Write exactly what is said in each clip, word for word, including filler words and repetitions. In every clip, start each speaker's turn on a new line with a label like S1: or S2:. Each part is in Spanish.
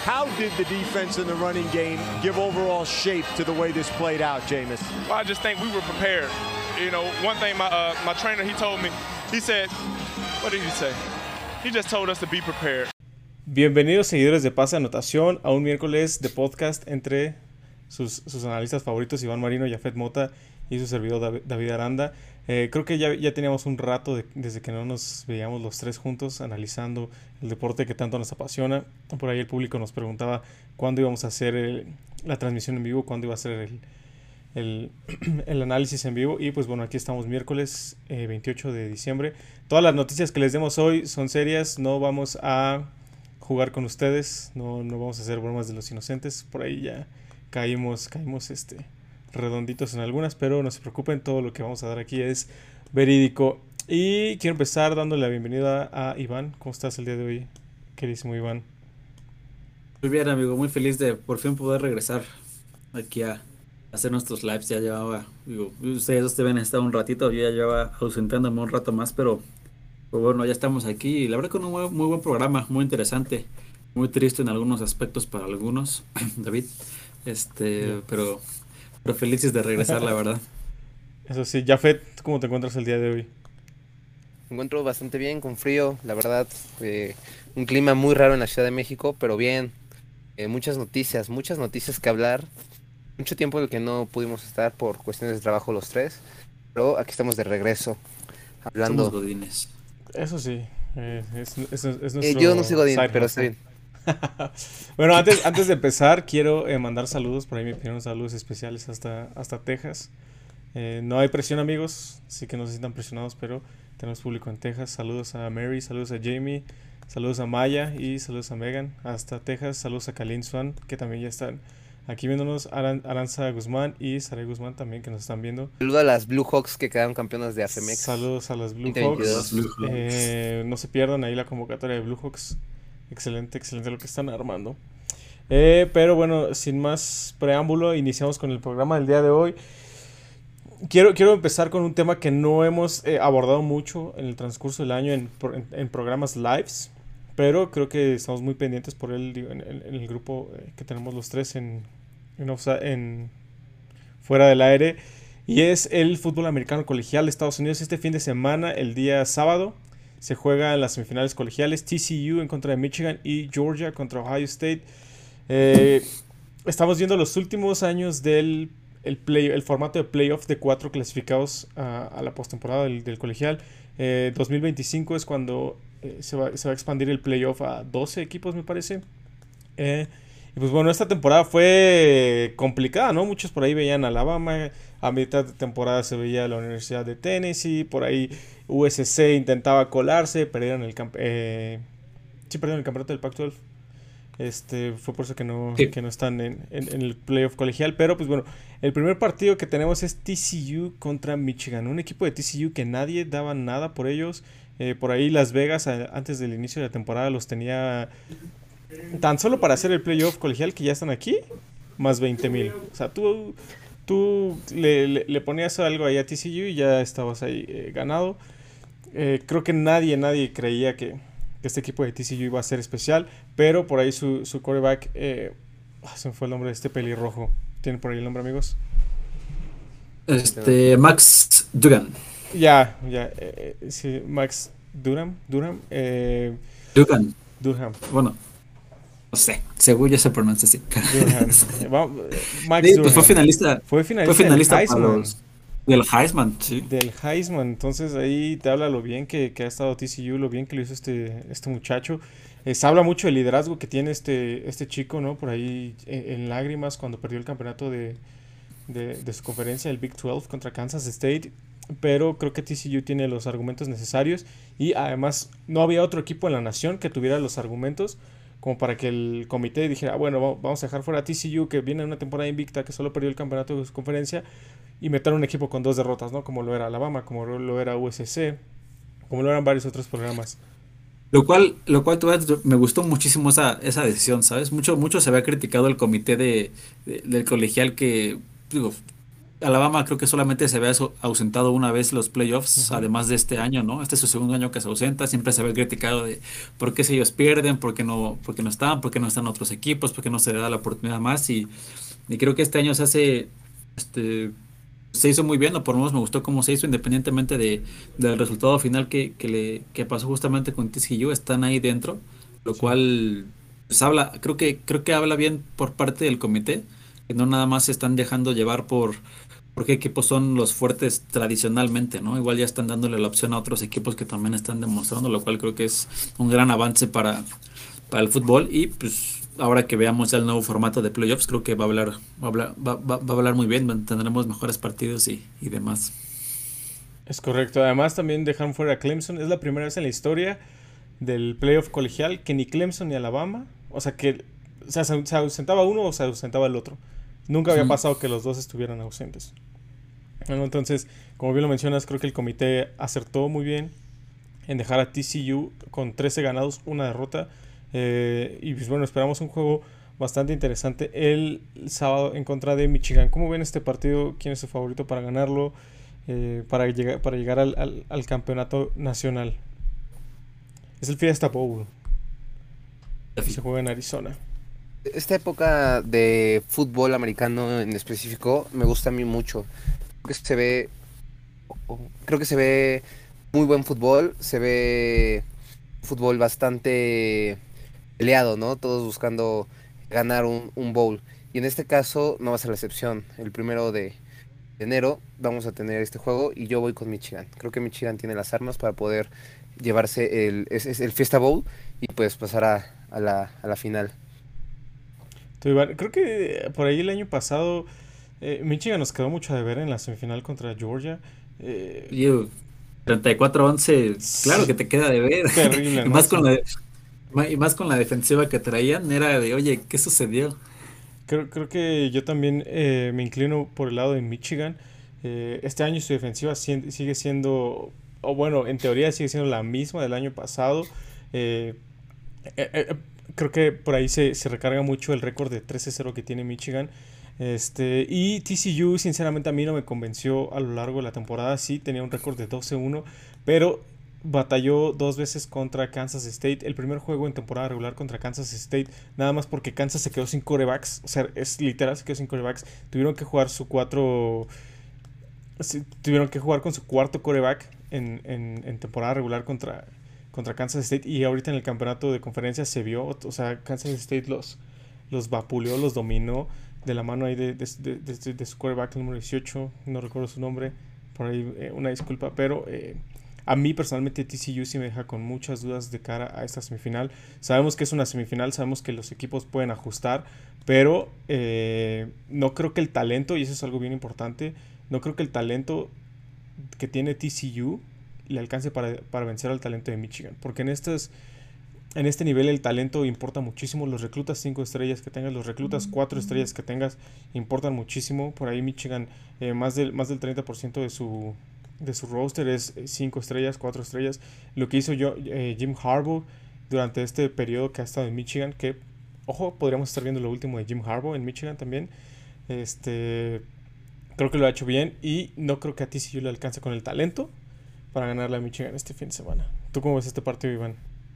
S1: How did the defense and the running game give overall shape to the way this played out, Jameis?
S2: Well, I just think we were prepared. You know, one thing my uh, my trainer, he told me, he said, what did he say? He just told us to be prepared.
S3: Bienvenidos seguidores de Pase Anotación a un miércoles de podcast entre sus, sus analistas favoritos Iván Marino, Yafet Mota y su servidor David, David Aranda. Eh, creo que ya, ya teníamos un rato de, desde que no nos veíamos los tres juntos analizando el deporte que tanto nos apasiona. Por ahí el público nos preguntaba cuándo íbamos a hacer el, la transmisión en vivo, cuándo iba a ser el, el, el análisis en vivo. Y pues bueno, aquí estamos miércoles eh, veintiocho de diciembre. Todas las noticias que les demos hoy son serias, no vamos a jugar con ustedes, no, no vamos a hacer bromas de los inocentes. Por ahí ya caímos, caímos este... redonditos en algunas, pero no se preocupen, todo lo que vamos a dar aquí es verídico. Y quiero empezar dándole la bienvenida a Iván. ¿Cómo estás el día de hoy, queridísimo Iván?
S4: Muy bien, amigo, muy feliz de por fin poder regresar aquí a hacer nuestros lives. Ya llevaba, digo, ustedes dos deben estar un ratito, yo ya llevaba ausentándome un rato más, pero pues bueno, ya estamos aquí y la verdad con un muy, muy buen programa, muy interesante, muy triste en algunos aspectos para algunos, David, este, yeah. pero Pero felices de regresar, la verdad.
S3: Eso sí, Jafet, ¿cómo te encuentras el día de hoy?
S5: Me encuentro bastante bien, con frío, la verdad. Eh, un clima muy raro en la Ciudad de México, pero bien. Eh, muchas noticias, muchas noticias que hablar. Mucho tiempo en el que no pudimos estar por cuestiones de trabajo los tres. Pero aquí estamos de regreso, hablando.
S4: Somos godines.
S3: Eso sí, eh, es, es, es nuestro
S5: eh, Yo no soy godín, pero está bien.
S3: Bueno, antes, antes de empezar quiero eh, mandar saludos. Por ahí me pidieron saludos especiales hasta, hasta Texas. eh, No hay presión, amigos, así que no se sientan presionados, pero tenemos público en Texas. Saludos a Mary, saludos a Jamie, saludos a Maya y saludos a Megan hasta Texas. Saludos a Kalin Swan, que también ya están aquí viéndonos. Aran, Aranza Guzmán y Saray Guzmán también, que nos están viendo.
S5: Saludos a las Blue Hawks que quedaron campeonas de A F M X.
S3: Saludos a las Blue Hawks. eh, No se pierdan ahí la convocatoria de Blue Hawks. Excelente, excelente lo que están armando. Eh, pero bueno, sin más preámbulo, iniciamos con el programa del día de hoy. Quiero, quiero empezar con un tema que no hemos eh, abordado mucho en el transcurso del año en, en, en programas lives, pero creo que estamos muy pendientes por él, digo, en, en, en el grupo eh, que tenemos los tres en, en, en fuera del aire, y es el fútbol americano colegial de Estados Unidos. Este fin de semana, el día sábado, se juegan las semifinales colegiales, T C U en contra de Michigan y Georgia contra Ohio State. Eh, estamos viendo los últimos años del el, play, el formato de playoff de cuatro clasificados a, a la postemporada del, del colegial. Eh, dos mil veinticinco es cuando eh, se, va, se va a expandir el playoff a doce equipos, me parece. Eh, y pues bueno, esta temporada fue complicada, ¿no? Muchos por ahí veían a Alabama. A mitad de temporada se veía la Universidad de Tennessee. Por ahí U S C intentaba colarse. Perdieron el, camp eh, sí, perdieron el campeonato del Pac doce. Este, fue por eso que no, sí. que no están en, en, en el playoff colegial. Pero pues bueno, el primer partido que tenemos es T C U contra Michigan. Un equipo de T C U que nadie daba nada por ellos. Eh, por ahí Las Vegas, a, antes del inicio de la temporada, los tenía tan solo para hacer el playoff colegial, que ya están aquí, más veinte mil. O sea, tú... Tú le, le, le ponías algo ahí a T C U y ya estabas ahí eh, ganado. Eh, creo que nadie, nadie creía que, que este equipo de T C U iba a ser especial. Pero por ahí su, su quarterback, eh, se me fue el nombre de este pelirrojo. ¿Tienen por ahí el nombre, amigos?
S4: Este, Max Duggan.
S3: Ya, ya, eh, sí, Max Durham, Durham, eh,
S4: Duggan.
S3: Durham.
S4: Bueno. No sé, según ya se pronuncia así.
S3: Max
S4: sí, pues fue finalista.
S3: Fue finalista,
S4: fue finalista
S3: del Heisman.
S4: Los, del Heisman, sí.
S3: Del Heisman. Entonces ahí te habla lo bien que, que ha estado T C U, lo bien que lo hizo este, este muchacho. Eh, se habla mucho del liderazgo que tiene este, este chico, ¿no? Por ahí en, en lágrimas cuando perdió el campeonato de, de, de su conferencia, el Big doce contra Kansas State. Pero creo que T C U tiene los argumentos necesarios. Y además no había otro equipo en la nación que tuviera los argumentos como para que el comité dijera, ah, bueno, vamos a dejar fuera a T C U, que viene en una temporada invicta, que solo perdió el campeonato de su conferencia, y meter un equipo con dos derrotas, ¿no? Como lo era Alabama, como lo era U S C, como lo eran varios otros programas.
S4: Lo cual, lo cual me gustó muchísimo esa, esa decisión, ¿sabes? Mucho, mucho se había criticado el comité de, de, del colegial que, digo, Alabama creo que solamente se había au- ausentado una vez los playoffs,
S3: Ujú.
S4: además de este año, ¿no? Este es su segundo año que se ausenta, siempre se había criticado de por qué si ellos pierden, por qué no, por qué no están, por qué no están otros equipos, por qué no se le da la oportunidad más y, y creo que este año se hace, este, se hizo muy bien, o por lo menos me gustó cómo se hizo, independientemente de, del resultado final que, que le, que pasó justamente con T C U, están ahí dentro, lo
S3: Sí.
S4: cual pues habla, creo que, creo que habla bien por parte del comité, que no nada más se están dejando llevar por porque equipos son los fuertes tradicionalmente, ¿no? Igual ya están dándole la opción a otros equipos que también están demostrando, lo cual creo que es un gran avance para, para el fútbol. Y pues ahora que veamos ya el nuevo formato de playoffs, creo que va a hablar, va a hablar, va, va- va a hablar muy bien, tendremos mejores partidos y, y demás.
S3: Es correcto. Además, también dejaron fuera a Clemson. Es la primera vez en la historia del playoff colegial que ni Clemson ni Alabama, o sea, que o sea, se, se ausentaba uno o se ausentaba el otro. Nunca había
S4: Ujú.
S3: pasado que los dos estuvieran ausentes. Bueno, entonces, como bien lo mencionas, creo que el comité acertó muy bien en dejar a T C U con trece ganados, una derrota. Eh, y pues bueno, esperamos un juego bastante interesante el sábado en contra de Michigan. ¿Cómo ven este partido? ¿Quién es su favorito para ganarlo? Eh, para, llegar, para llegar al, al, al campeonato nacional. Es el Fiesta Bowl y se juega en Arizona.
S5: Esta época de fútbol americano en específico me gusta a mí mucho. Creo que se ve, creo que se ve muy buen fútbol, se ve fútbol bastante peleado, ¿no? Todos buscando ganar un, un bowl. Y en este caso no va a ser la excepción. El primero de enero vamos a tener este juego y yo voy con Michigan. Creo que Michigan tiene las armas para poder llevarse el, es, es el Fiesta Bowl y pues pasar a, a la, a la final.
S3: Tú, Iván, creo que por ahí el año pasado eh, Michigan nos quedó mucho de ver en la semifinal contra Georgia. Eh,
S4: Y yo, treinta y cuatro a once, claro que
S3: sí,
S4: te queda de ver.
S3: terrible,
S4: Y
S3: ¿no?
S4: más con
S3: Sí.
S4: la, ma- y más con la defensiva que traían, era de, oye, ¿qué sucedió?
S3: Creo, creo que yo también eh, me inclino por el lado de Michigan. Eh, este año su defensiva sien- sigue siendo, o bueno, en teoría sigue siendo la misma del año pasado. Eh, eh, eh, Creo que por ahí se, se recarga mucho el récord de trece cero que tiene Michigan. Este, y T C U, sinceramente, a mí no me convenció a lo largo de la temporada. Sí, tenía un récord de doce uno, pero batalló dos veces contra Kansas State. El primer juego en temporada regular contra Kansas State, nada más porque Kansas se quedó sin corebacks. O sea, es literal, se quedó sin corebacks. Tuvieron que jugar su cuatro. Sí, tuvieron que jugar con su cuarto coreback en, en, en temporada regular contra, contra Kansas State. Y ahorita en el campeonato de conferencia se vio. O sea, Kansas State los, los vapuleó, los dominó de la mano ahí de, de, de, de, de su quarterback número dieciocho, no recuerdo su nombre, por ahí eh, una disculpa, pero eh, a mí personalmente T C U sí me deja con muchas dudas de cara a esta semifinal. Sabemos que es una semifinal, sabemos que los equipos pueden ajustar, pero eh, no creo que el talento, y eso es algo bien importante, no creo que el talento que tiene T C U le alcance para, para vencer al talento de Michigan, porque en estas en este nivel el talento importa muchísimo. Los reclutas cinco estrellas que tengas, los reclutas cuatro estrellas que tengas, importan muchísimo. Por ahí Michigan, eh, más, del, más del treinta por ciento de su, de su roster es cinco estrellas, cuatro estrellas. Lo que hizo yo, eh, Jim Harbaugh durante este periodo que ha estado en Michigan, que, ojo, podríamos estar viendo lo último de Jim Harbaugh en Michigan también. Este, creo que lo ha hecho bien y no creo que a T C U le alcance con el talento para ganarle a Michigan este fin de semana. ¿Tú cómo ves este partido, Iván?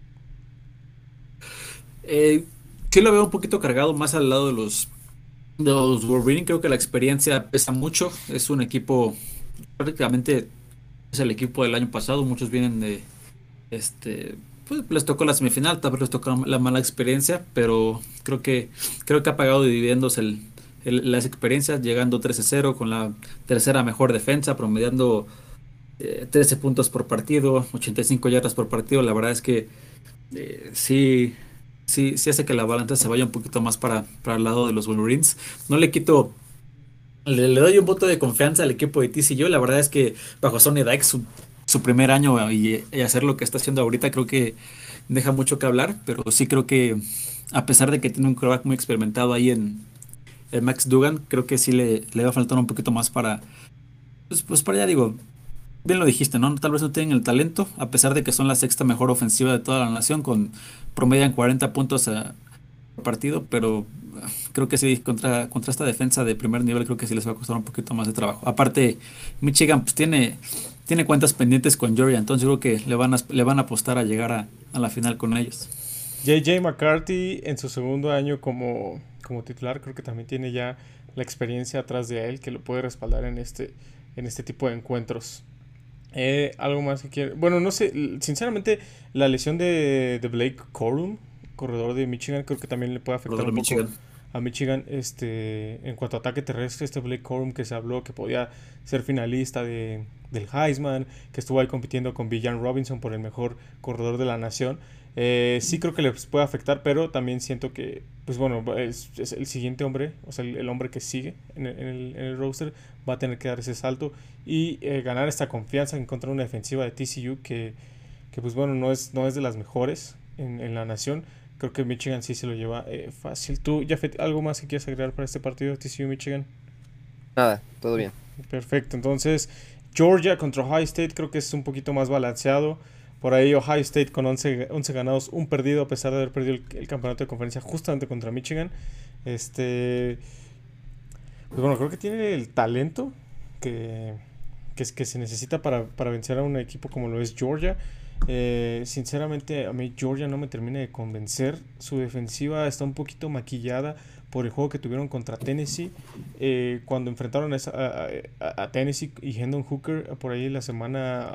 S4: Eh, sí lo veo un poquito cargado más al lado de los, de los Wolverine. Creo que la experiencia pesa mucho. Es un equipo, prácticamente es el equipo del año pasado. Muchos vienen de, este, pues les tocó la semifinal, tal vez les tocó la mala experiencia, pero creo que, creo que ha pagado dividendos el, el- las experiencias, llegando trece cero con la tercera mejor defensa, promediando eh, trece puntos por partido, ochenta y cinco yardas por partido. La verdad es que eh, sí, sí, sí hace que la balanza se vaya un poquito más para, para el lado de los Wolverines. No le quito, le, le doy un voto de confianza al equipo de T C U. La verdad es que bajo Sonny Dykes, su, su primer año y, y hacer lo que está haciendo ahorita, creo que deja mucho que hablar, pero sí creo que a pesar de que tiene un quarterback muy experimentado ahí en, en Max Duggan, creo que sí le, le va a faltar un poquito más para, pues, pues para allá digo, bien lo dijiste, ¿no? Tal vez no tienen el talento, a pesar de que son la sexta mejor ofensiva de toda la nación, con promedian cuarenta puntos a- por partido, pero creo que sí, contra, contra esta defensa de primer nivel, creo que sí les va a costar un poquito más de trabajo. Aparte, Michigan pues tiene, tiene cuentas pendientes con Georgia, entonces yo creo que le van a, le van a apostar a llegar a, a la final con ellos.
S3: J J McCarthy en su segundo año como, como titular, creo que también tiene ya la experiencia atrás de él que lo puede respaldar en este, en este tipo de encuentros. Eh, algo más que quiere. Bueno, no sé, sinceramente, la lesión de, de Blake Corum, corredor de Michigan, creo que también le puede afectar un poco
S4: Michigan.
S3: a Michigan. Este, en cuanto a ataque terrestre, este Blake Corum que se habló que podía ser finalista de, del Heisman, que estuvo ahí compitiendo con Bijan Robinson por el mejor corredor de la nación. Eh, sí creo que les puede afectar, pero también siento que, pues bueno, es, es el siguiente hombre, o sea, el, el hombre que sigue en el, en, el, en el roster va a tener que dar ese salto y eh, ganar esta confianza en contra de una defensiva de T C U que, que pues bueno, no es, no es de las mejores en, en la nación. Creo que Michigan sí se lo lleva eh, fácil. ¿Tú, Jafet, algo más que quieras agregar para este partido de T C U-Michigan?
S5: Nada, todo bien.
S3: Perfecto, entonces Georgia contra Ohio State creo que es un poquito más balanceado. Por ahí Ohio State con once, once ganados, un perdido, a pesar de haber perdido el, el campeonato de conferencia justamente contra Michigan. Este, pues bueno, creo que tiene el talento que, que, es, que se necesita para, para vencer a un equipo como lo es Georgia. Eh, sinceramente, a mí Georgia no me termina de convencer. Su defensiva está un poquito maquillada por el juego que tuvieron contra Tennessee. Eh, cuando enfrentaron a, a, a, a Tennessee y Hendon Hooker por ahí la semana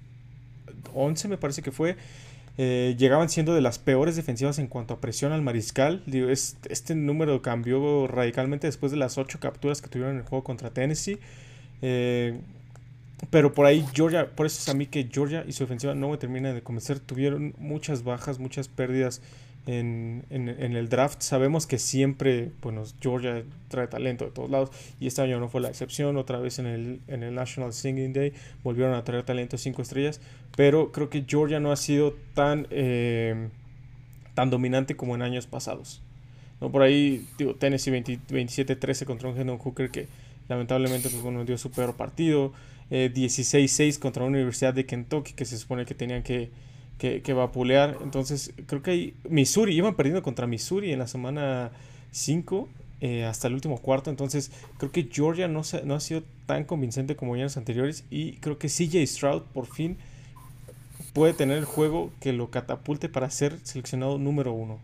S3: once me parece que fue, eh, llegaban siendo de las peores defensivas en cuanto a presión al mariscal. Digo, es, este número cambió radicalmente después de las ocho capturas que tuvieron en el juego contra Tennessee. Eh, pero por ahí Georgia, por eso es a mí que Georgia y su ofensiva no me termina de convencer. Tuvieron muchas bajas, muchas pérdidas en, en, en el draft. Sabemos que siempre, bueno, Georgia trae talento de todos lados y este año no fue la excepción. Otra vez en el, en el National Singing Day volvieron a traer talento cinco estrellas, pero creo que Georgia no ha sido tan eh, tan dominante como en años pasados, ¿no? Por ahí, digo, Tennessee veintisiete trece contra un Hendon Hooker que lamentablemente pues, bueno, dio su peor partido. eh, dieciséis seis contra una Universidad de Kentucky que se supone que tenían que Que, que vapulear. Entonces creo que hay Missouri, iban perdiendo contra Missouri en la semana cinco eh, hasta el último cuarto. Entonces creo que Georgia no, se, no ha sido tan convincente como años anteriores y creo que C J Stroud por fin puede tener el juego que lo catapulte para ser seleccionado número uno.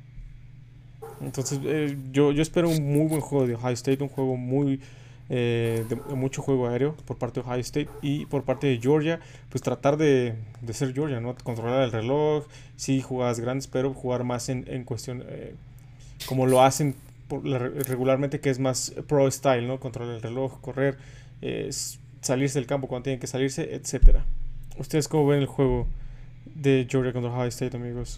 S3: Entonces eh, yo, yo espero un muy buen juego de Ohio State, un juego muy Eh, de, de mucho juego aéreo por parte de Ohio State y por parte de Georgia, pues tratar de, de ser Georgia, ¿no? Controlar el reloj, sí, jugadas grandes, pero jugar más en, en cuestión eh, como lo hacen por la, regularmente, que es más pro style, ¿no? Controlar el reloj, correr, eh, salirse del campo cuando tienen que salirse, etcétera. ¿Ustedes cómo ven el juego de Georgia contra Ohio State, amigos?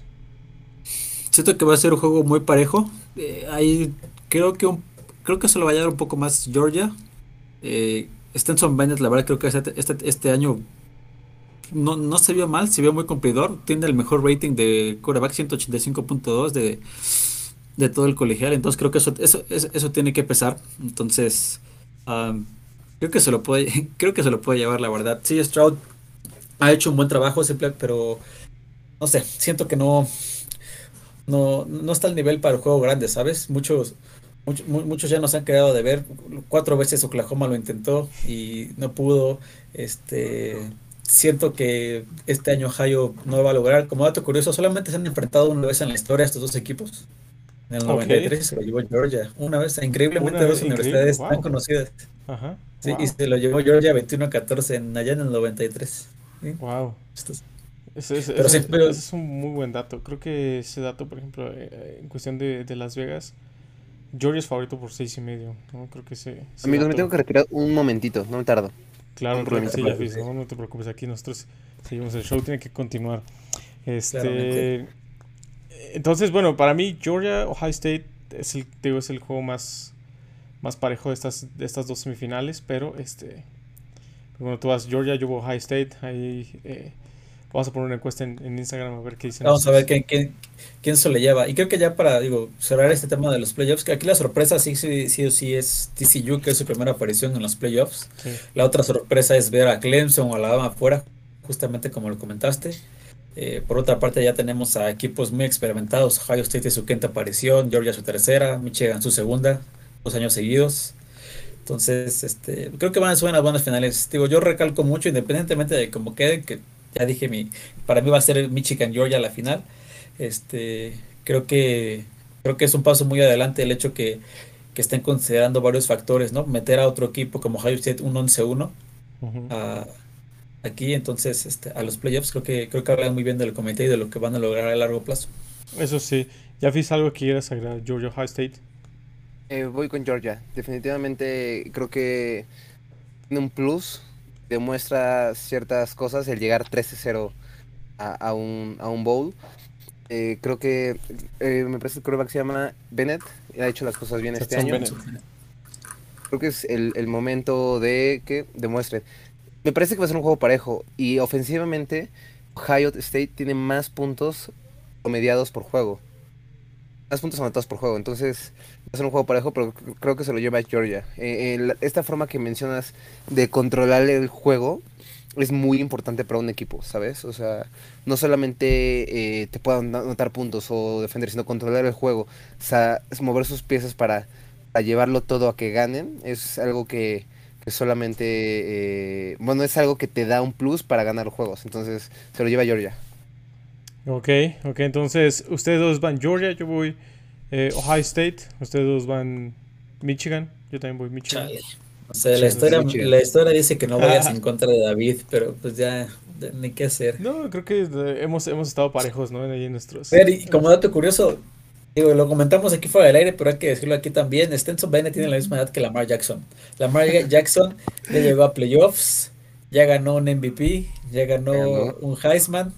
S4: Siento que va a ser un juego muy parejo. Eh, ahí creo que un Creo que se lo va a llevar un poco más Georgia. Eh, Stetson Bennett, la verdad, creo que este, este, este año no, no se vio mal, se vio muy cumplidor. Tiene el mejor rating de quarterback, ciento ochenta y cinco punto dos de, de todo el colegial. Entonces creo que eso, eso, eso, eso tiene que pesar. Entonces, um, creo que se lo puede, creo que se lo puede llevar, la verdad. Sí, Stroud ha hecho un buen trabajo, pero no sé, siento que no, no, no está al nivel para el juego grande, ¿sabes? Muchos. Muchos, muchos ya nos han quedado de ver. Cuatro veces Oklahoma lo intentó y no pudo. Este, siento que este año Ohio no lo va a lograr. Como dato curioso, solamente se han enfrentado una vez en la historia estos dos equipos. En el noventa y tres okay. Se lo llevó Georgia. Una vez, increíblemente, una dos vez, universidades increíble. Wow. Tan conocidas.
S3: Ajá.
S4: Sí,
S3: Wow.
S4: Y se lo llevó Georgia veintiuno a catorce en, allá en el noventa y tres. ¿Sí?
S3: Wow.
S4: Estos.
S3: Ese, ese,
S4: pero
S3: ese,
S4: sí, pero...
S3: ese es un muy buen dato. Creo que ese dato, por ejemplo, eh, en cuestión de, de Las Vegas, Georgia es favorito por seis y medio, ¿no? Creo que ese... ese
S5: Amigos,
S3: dato...
S5: me tengo que retirar un momentito, no me tardo.
S3: Claro,
S5: no,
S3: claro que sí, Jeffis, no, no te preocupes, aquí nosotros seguimos, el show tiene que continuar. Este... Claramente. Entonces, bueno, para mí Georgia, Ohio State es el, digo, es el juego más, más parejo de estas, de estas dos semifinales, pero este... Bueno, tú vas Georgia, yo voy Ohio State, ahí... Eh, vamos a poner una encuesta en, en Instagram a ver qué dicen.
S4: Vamos a ver quién, quién, quién se le lleva. Y creo que ya para, digo, cerrar este tema de los playoffs, que aquí la sorpresa sí, sí, sí o sí es T C U, que es su primera aparición en los playoffs. Sí. La otra sorpresa es ver a Clemson o Alabama afuera, justamente como lo comentaste. Eh, por otra parte, ya tenemos a equipos muy experimentados. Ohio State es su quinta aparición, Georgia su tercera, Michigan su segunda, dos años seguidos. Entonces, este, creo que van a ser unas buenas finales. Digo, yo recalco mucho, independientemente de cómo quede, que ya dije, mi, para mí va a ser Michigan Georgia la final. Este, creo que creo que es un paso muy adelante el hecho que, que estén considerando varios factores, ¿no? Meter a otro equipo como Ohio State un once uno
S3: Ujú.
S4: a- aquí, entonces, este, a los playoffs, creo que creo que hablan muy bien del comité y de lo que van a lograr a largo plazo.
S3: Eso sí. ¿Ya viste algo que quieras agregar, Georgia High State?
S5: Eh, voy con Georgia. Definitivamente creo que tiene un plus. Demuestra ciertas cosas el llegar trece cero a, a un, a un bowl. Eh, creo que eh, me parece que el quarterback se llama Bennett. Ha hecho las cosas bien este
S3: Stetson
S5: año.
S3: Bennett.
S5: Creo que es el, el momento de que demuestre. Me parece que va a ser un juego parejo. Y ofensivamente, Ohio State tiene más puntos promediados por juego. Más puntos anotados por juego. Entonces, va a ser un juego parejo, pero c- creo que se lo lleva Georgia. Eh, el- esta forma que mencionas de controlar el juego es muy importante para un equipo, ¿sabes? O sea, no solamente eh, te puedan anotar puntos o defender, sino controlar el juego. O sea, es mover sus piezas para, para llevarlo todo a que ganen. Es algo que, que solamente, eh, bueno, es algo que te da un plus para ganar los juegos. Entonces, se lo lleva Georgia.
S3: Ok, ok, entonces ustedes dos van Georgia, yo voy eh, Ohio State, ustedes dos van Michigan, yo también voy Michigan.
S4: Chale. O sea, la
S3: Chale.
S4: historia,
S5: Michigan.
S4: la historia dice que no vayas en contra de David, pero pues ya, ya ni qué hacer.
S3: No, creo que eh, hemos, hemos estado parejos, ¿no? Ahí en nuestros...
S4: Ver, y como dato curioso, digo, lo comentamos aquí fuera del aire, pero hay que decirlo aquí también. Stenson Bennett tiene la misma edad que Lamar Jackson. Lamar Jackson ya llegó a playoffs, ya ganó un M V P, ya ganó
S5: Ganó.
S4: un Heisman.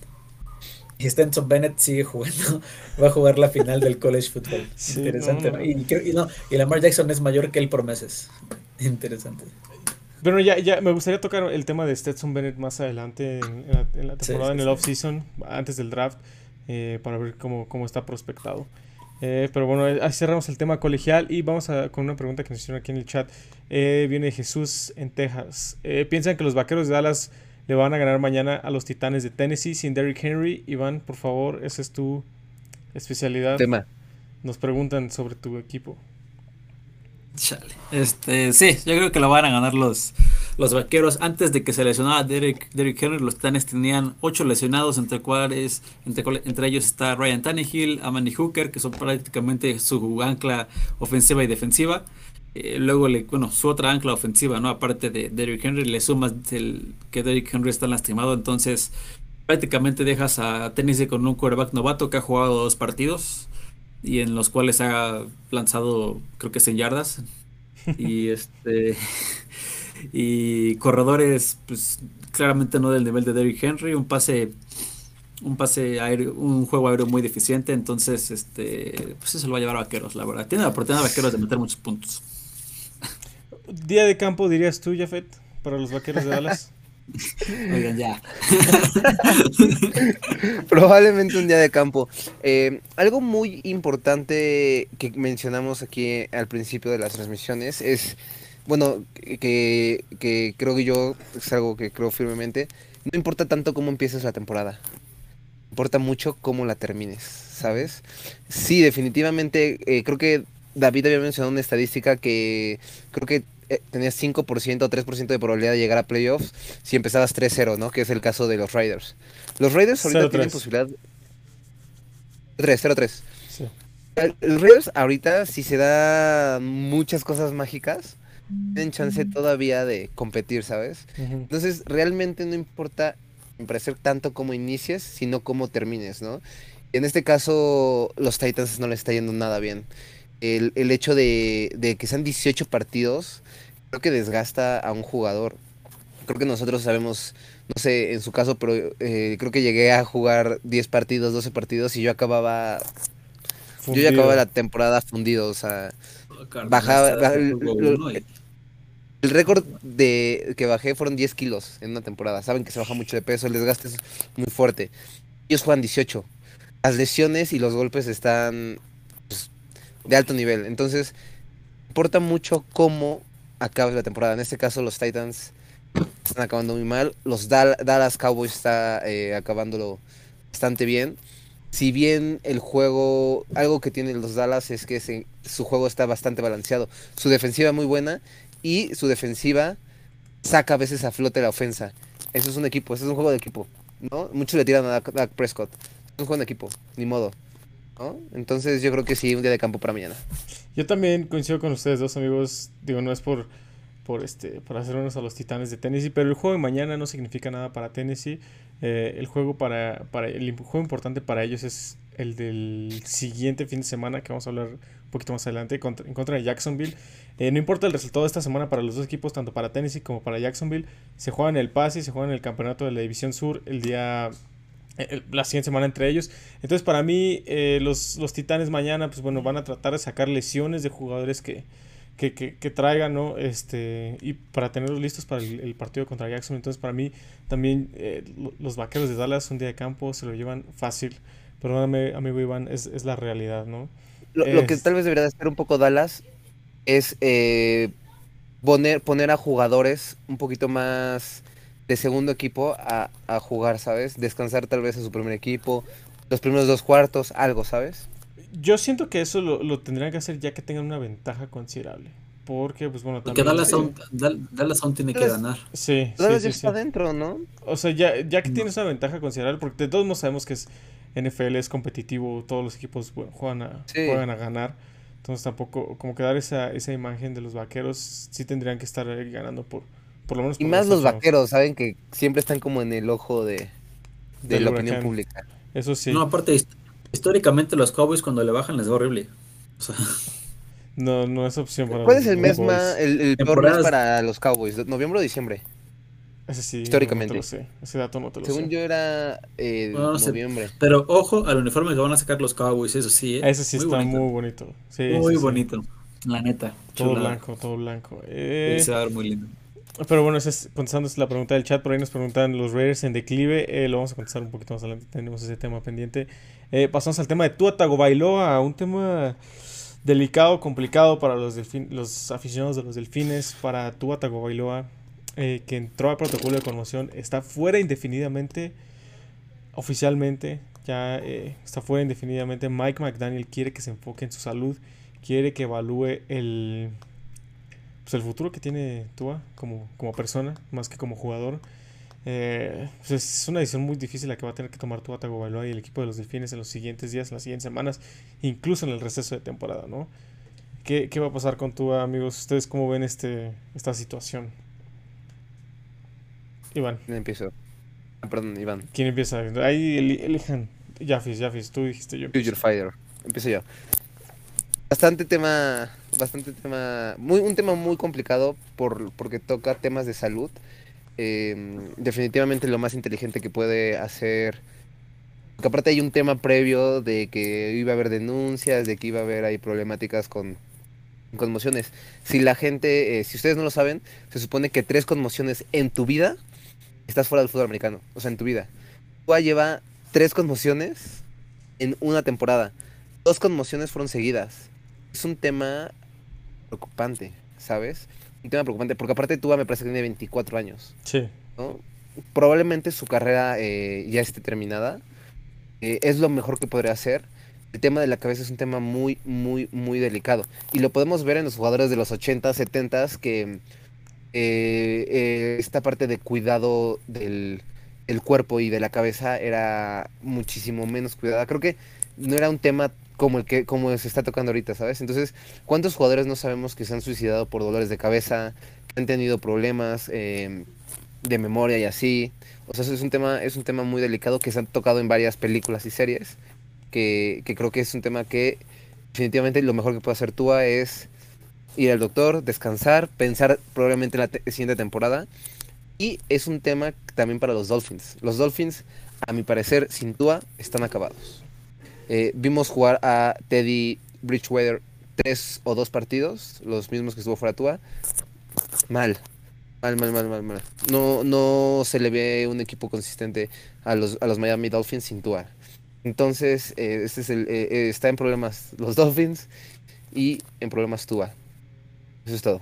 S4: Y Stenson Bennett sigue jugando, va a jugar la final del college football.
S3: Sí,
S4: Interesante,
S3: no,
S4: ¿no?
S3: no.
S4: Y, creo- y no, y Lamar Jackson es mayor que él por meses. Interesante.
S3: Pero ya, ya me gustaría tocar el tema de Stetson Bennett más adelante en, en la, en la
S4: Sí,
S3: temporada,
S4: sí,
S3: en el
S4: sí.
S3: off-season, antes del draft, eh, para ver cómo, cómo está prospectado. Eh, pero bueno, eh, así cerramos el tema colegial y vamos a, con una pregunta que nos hicieron aquí en el chat. Eh, viene Jesús en Texas. Eh, ¿Piensan que los Vaqueros de Dallas le van a ganar mañana a los Titanes de Tennessee sin Derrick Henry? Iván, por favor, esa es tu especialidad.
S5: Tema.
S3: Nos preguntan sobre tu equipo.
S4: Chale. Este, sí, yo creo que lo van a ganar los, los vaqueros. Antes de que se lesionara Derrick, Derrick Henry, los Titanes tenían ocho lesionados, entre cuales, entre, cual- entre ellos está Ryan Tannehill, Amani Hooker, que son prácticamente su ancla ofensiva y defensiva. Eh, luego, le, bueno, su otra ancla ofensiva, ¿no? Aparte de Derrick Henry, le sumas el, que Derrick Henry está lastimado, entonces prácticamente dejas a Tennessee con un quarterback novato que ha jugado dos partidos y en los cuales ha lanzado creo que cien yardas y este y corredores pues claramente no del nivel de Derrick Henry, un pase un pase aéreo, un juego aéreo muy deficiente, entonces este pues eso se lo va a llevar a Vaqueros, la verdad. Tiene la oportunidad de Vaqueros de meter muchos puntos.
S3: Día de campo, dirías tú, Jafet, para los Vaqueros de Dallas.
S4: Oigan, ya.
S5: Probablemente un día de campo. Eh, algo muy importante que mencionamos aquí al principio de las transmisiones es, bueno, que, que creo que yo, es algo que creo firmemente, no importa tanto cómo empieces la temporada, importa mucho cómo la termines, ¿sabes? Sí, definitivamente, eh, creo que David había mencionado una estadística que creo que eh, tenías cinco por ciento o tres por ciento de probabilidad de llegar a playoffs si empezabas tres cero, ¿no? Que es el caso de los Raiders. Los Raiders ahorita
S3: cero
S5: tienen
S3: tres.
S5: posibilidad... tres, cero tres.
S3: Sí.
S5: Los Raiders ahorita, si se da muchas cosas mágicas, tienen chance todavía de competir, ¿sabes?
S3: Ujú.
S5: Entonces, realmente no importa, me parece, tanto cómo inicies, sino cómo termines, ¿no? Y en este caso, los Titans no les está yendo nada bien. El, el hecho de, de que sean dieciocho partidos, creo que desgasta a un jugador. Creo que nosotros sabemos, no sé en su caso, pero eh, creo que llegué a jugar diez partidos, doce partidos y yo acababa, yo ya
S3: Fundido.
S5: acababa la temporada fundido, o sea, bajaba, baja- el, lo- el récord de que bajé fueron diez kilos en una temporada. Saben que se baja mucho de peso, el desgaste es muy fuerte. Ellos juegan dieciocho. Las lesiones y los golpes están pues, de alto nivel. Entonces, importa mucho cómo acabes la temporada. En este caso, los Titans están acabando muy mal. Los Dal- Dallas Cowboys está eh, acabándolo bastante bien. Si bien el juego, algo que tienen los Dallas es que se, su juego está bastante balanceado. Su defensiva muy buena y su defensiva saca a veces a flote la ofensa. Eso es un equipo, eso es un juego de equipo, ¿no? Muchos le tiran a Dak, Dak Prescott. Es un juego de equipo, ni modo, ¿no? Entonces yo creo que sí, un día de campo para mañana.
S3: Yo también coincido con ustedes dos, amigos. Digo, no es por, por este, para hacernos a los Titanes de Tennessee, pero el juego de mañana no significa nada para Tennessee. Eh, el juego para, para el juego importante para ellos es el del siguiente fin de semana, que vamos a hablar un poquito más adelante, contra, en contra de Jacksonville. Eh, no importa el resultado de esta semana para los dos equipos, tanto para Tennessee como para Jacksonville. Se juegan el pase y se juegan el campeonato de la División Sur el día, eh, la siguiente semana entre ellos. Entonces para mí eh, los, los Titanes mañana, pues bueno, van a tratar de sacar lesiones de jugadores que Que, que, que traigan, ¿no? Este, y para tenerlos listos para el, el partido contra Jackson. Entonces, para mí, también eh, los Vaqueros de Dallas, un día de campo, se lo llevan fácil. Perdóname, amigo Iván, es, es la realidad, ¿no?
S5: Lo,
S3: es...
S5: lo que tal vez debería de hacer un poco Dallas es eh, poner, poner a jugadores un poquito más de segundo equipo a, a jugar, ¿sabes? Descansar tal vez a su primer equipo, los primeros dos cuartos, algo, ¿sabes?
S3: Yo siento que eso lo, lo tendrían que hacer ya que tengan una ventaja considerable. Porque, pues bueno,
S4: Porque
S3: también...
S4: Dallas aún, Dal- Dallas aún tiene que
S5: Dallas-
S4: ganar.
S3: Sí, sí,
S5: Dallas
S3: sí,
S5: ya
S3: sí.
S5: está adentro, ¿no?
S3: O sea, ya, ya que
S4: No.
S3: tienes una ventaja considerable, porque de todos modos sabemos que es N F L, es competitivo, todos los equipos bueno, juegan, a,
S5: Sí.
S3: juegan a ganar. Entonces tampoco, como que dar esa, esa imagen de los vaqueros, sí tendrían que estar eh, ganando por, por lo menos
S5: Y
S3: por
S5: más
S3: dos
S5: los
S3: touchdowns.
S5: vaqueros, ¿saben? Que siempre están como en el ojo de, de
S3: Del
S5: la opinión
S3: huracán.
S5: pública.
S3: Eso sí.
S4: No, aparte, hist- históricamente los Cowboys cuando le bajan les va horrible. O sea,
S3: No, no es opción para
S5: ¿Cuál
S3: los,
S5: es el
S3: los
S5: mes
S3: Boys.
S5: más, el, el peor mes
S4: Temporadas-
S5: para los Cowboys? ¿Noviembre o diciembre?
S3: Ese sí,
S5: históricamente.
S3: no te lo sé. Ese dato no te lo
S5: Según
S3: sé.
S5: yo era eh,
S4: no, no sé.
S5: noviembre.
S4: Pero ojo al uniforme que van a sacar los Cowboys, eso sí, ¿eh?
S3: Ese sí
S4: Muy
S3: está
S4: bonito.
S3: muy bonito. Sí,
S4: Muy
S3: sí, sí.
S4: bonito. La neta.
S3: Todo
S4: chulada.
S3: blanco, todo blanco.
S4: Sí,
S3: Eh,
S4: se va a ver muy lindo.
S3: Pero bueno, esa es, contestando la pregunta del chat, por ahí nos preguntan los Raiders en declive, eh, lo vamos a contestar un poquito más adelante, tenemos ese tema pendiente. Eh, pasamos al tema de Tua Tagovailoa, un tema delicado, complicado para los, delfin los aficionados de los Delfines, para Tua Tagovailoa, eh, que entró al protocolo de conmoción, está fuera indefinidamente, oficialmente, ya eh, está fuera indefinidamente. Mike McDaniel quiere que se enfoque en su salud, quiere que evalúe el... pues el futuro que tiene Tua como, como persona, más que como jugador. Eh, pues es una decisión muy difícil la que va a tener que tomar Tua Tagovailoa y el equipo de los Delfines en los siguientes días, en las siguientes semanas, incluso en el receso de temporada, ¿no? ¿Qué, qué va a pasar con Tua, amigos? ¿Ustedes cómo ven este, esta situación? Iván.
S5: ¿Quién empiezo? Ah, perdón, Iván.
S3: ¿Quién empieza? Ahí eli- elijan. Jafis, Jafis, tú dijiste yo.
S5: Choose your fighter. Empiezo yo. Bastante tema, bastante tema, muy, un tema muy complicado por, porque toca temas de salud. Eh, definitivamente lo más inteligente que puede hacer. Porque aparte hay un tema previo de que iba a haber denuncias, de que iba a haber ahí problemáticas con conmociones. Si la gente, eh, si ustedes no lo saben, se supone que tres conmociones en tu vida estás fuera del fútbol americano. O sea, en tu vida. Tua lleva tres conmociones en una temporada. Dos conmociones fueron seguidas. Es un tema preocupante, ¿sabes? Un tema preocupante, porque aparte Tua me parece que tiene veinticuatro años,
S3: Sí.
S5: ¿no? Probablemente su carrera eh, ya esté terminada. Eh, es lo mejor que podría hacer. El tema de la cabeza es un tema muy, muy, muy delicado. Y lo podemos ver en los jugadores de los ochenta, setenta que eh, eh, esta parte de cuidado del el cuerpo y de la cabeza era muchísimo menos cuidada. Creo que no era un tema como el que como se está tocando ahorita, ¿sabes? Entonces, ¿cuántos jugadores no sabemos que se han suicidado por dolores de cabeza, que han tenido problemas eh, de memoria y así? O sea, eso es un tema, es un tema muy delicado que se han tocado en varias películas y series, que, que creo que es un tema que definitivamente lo mejor que puede hacer Tua es ir al doctor, descansar, pensar probablemente en la te- siguiente temporada. Y es un tema también para los Dolphins. Los Dolphins, a mi parecer, sin Tua, están acabados. Eh, vimos jugar a Teddy Bridgewater tres o dos partidos, los mismos que estuvo fuera Tua. Mal, mal, mal, mal, mal, mal. No, no se le ve un equipo consistente a los, a los Miami Dolphins sin Tua. Entonces, eh, este es el, eh, eh, está en problemas los Dolphins y en problemas Tua. Eso es todo.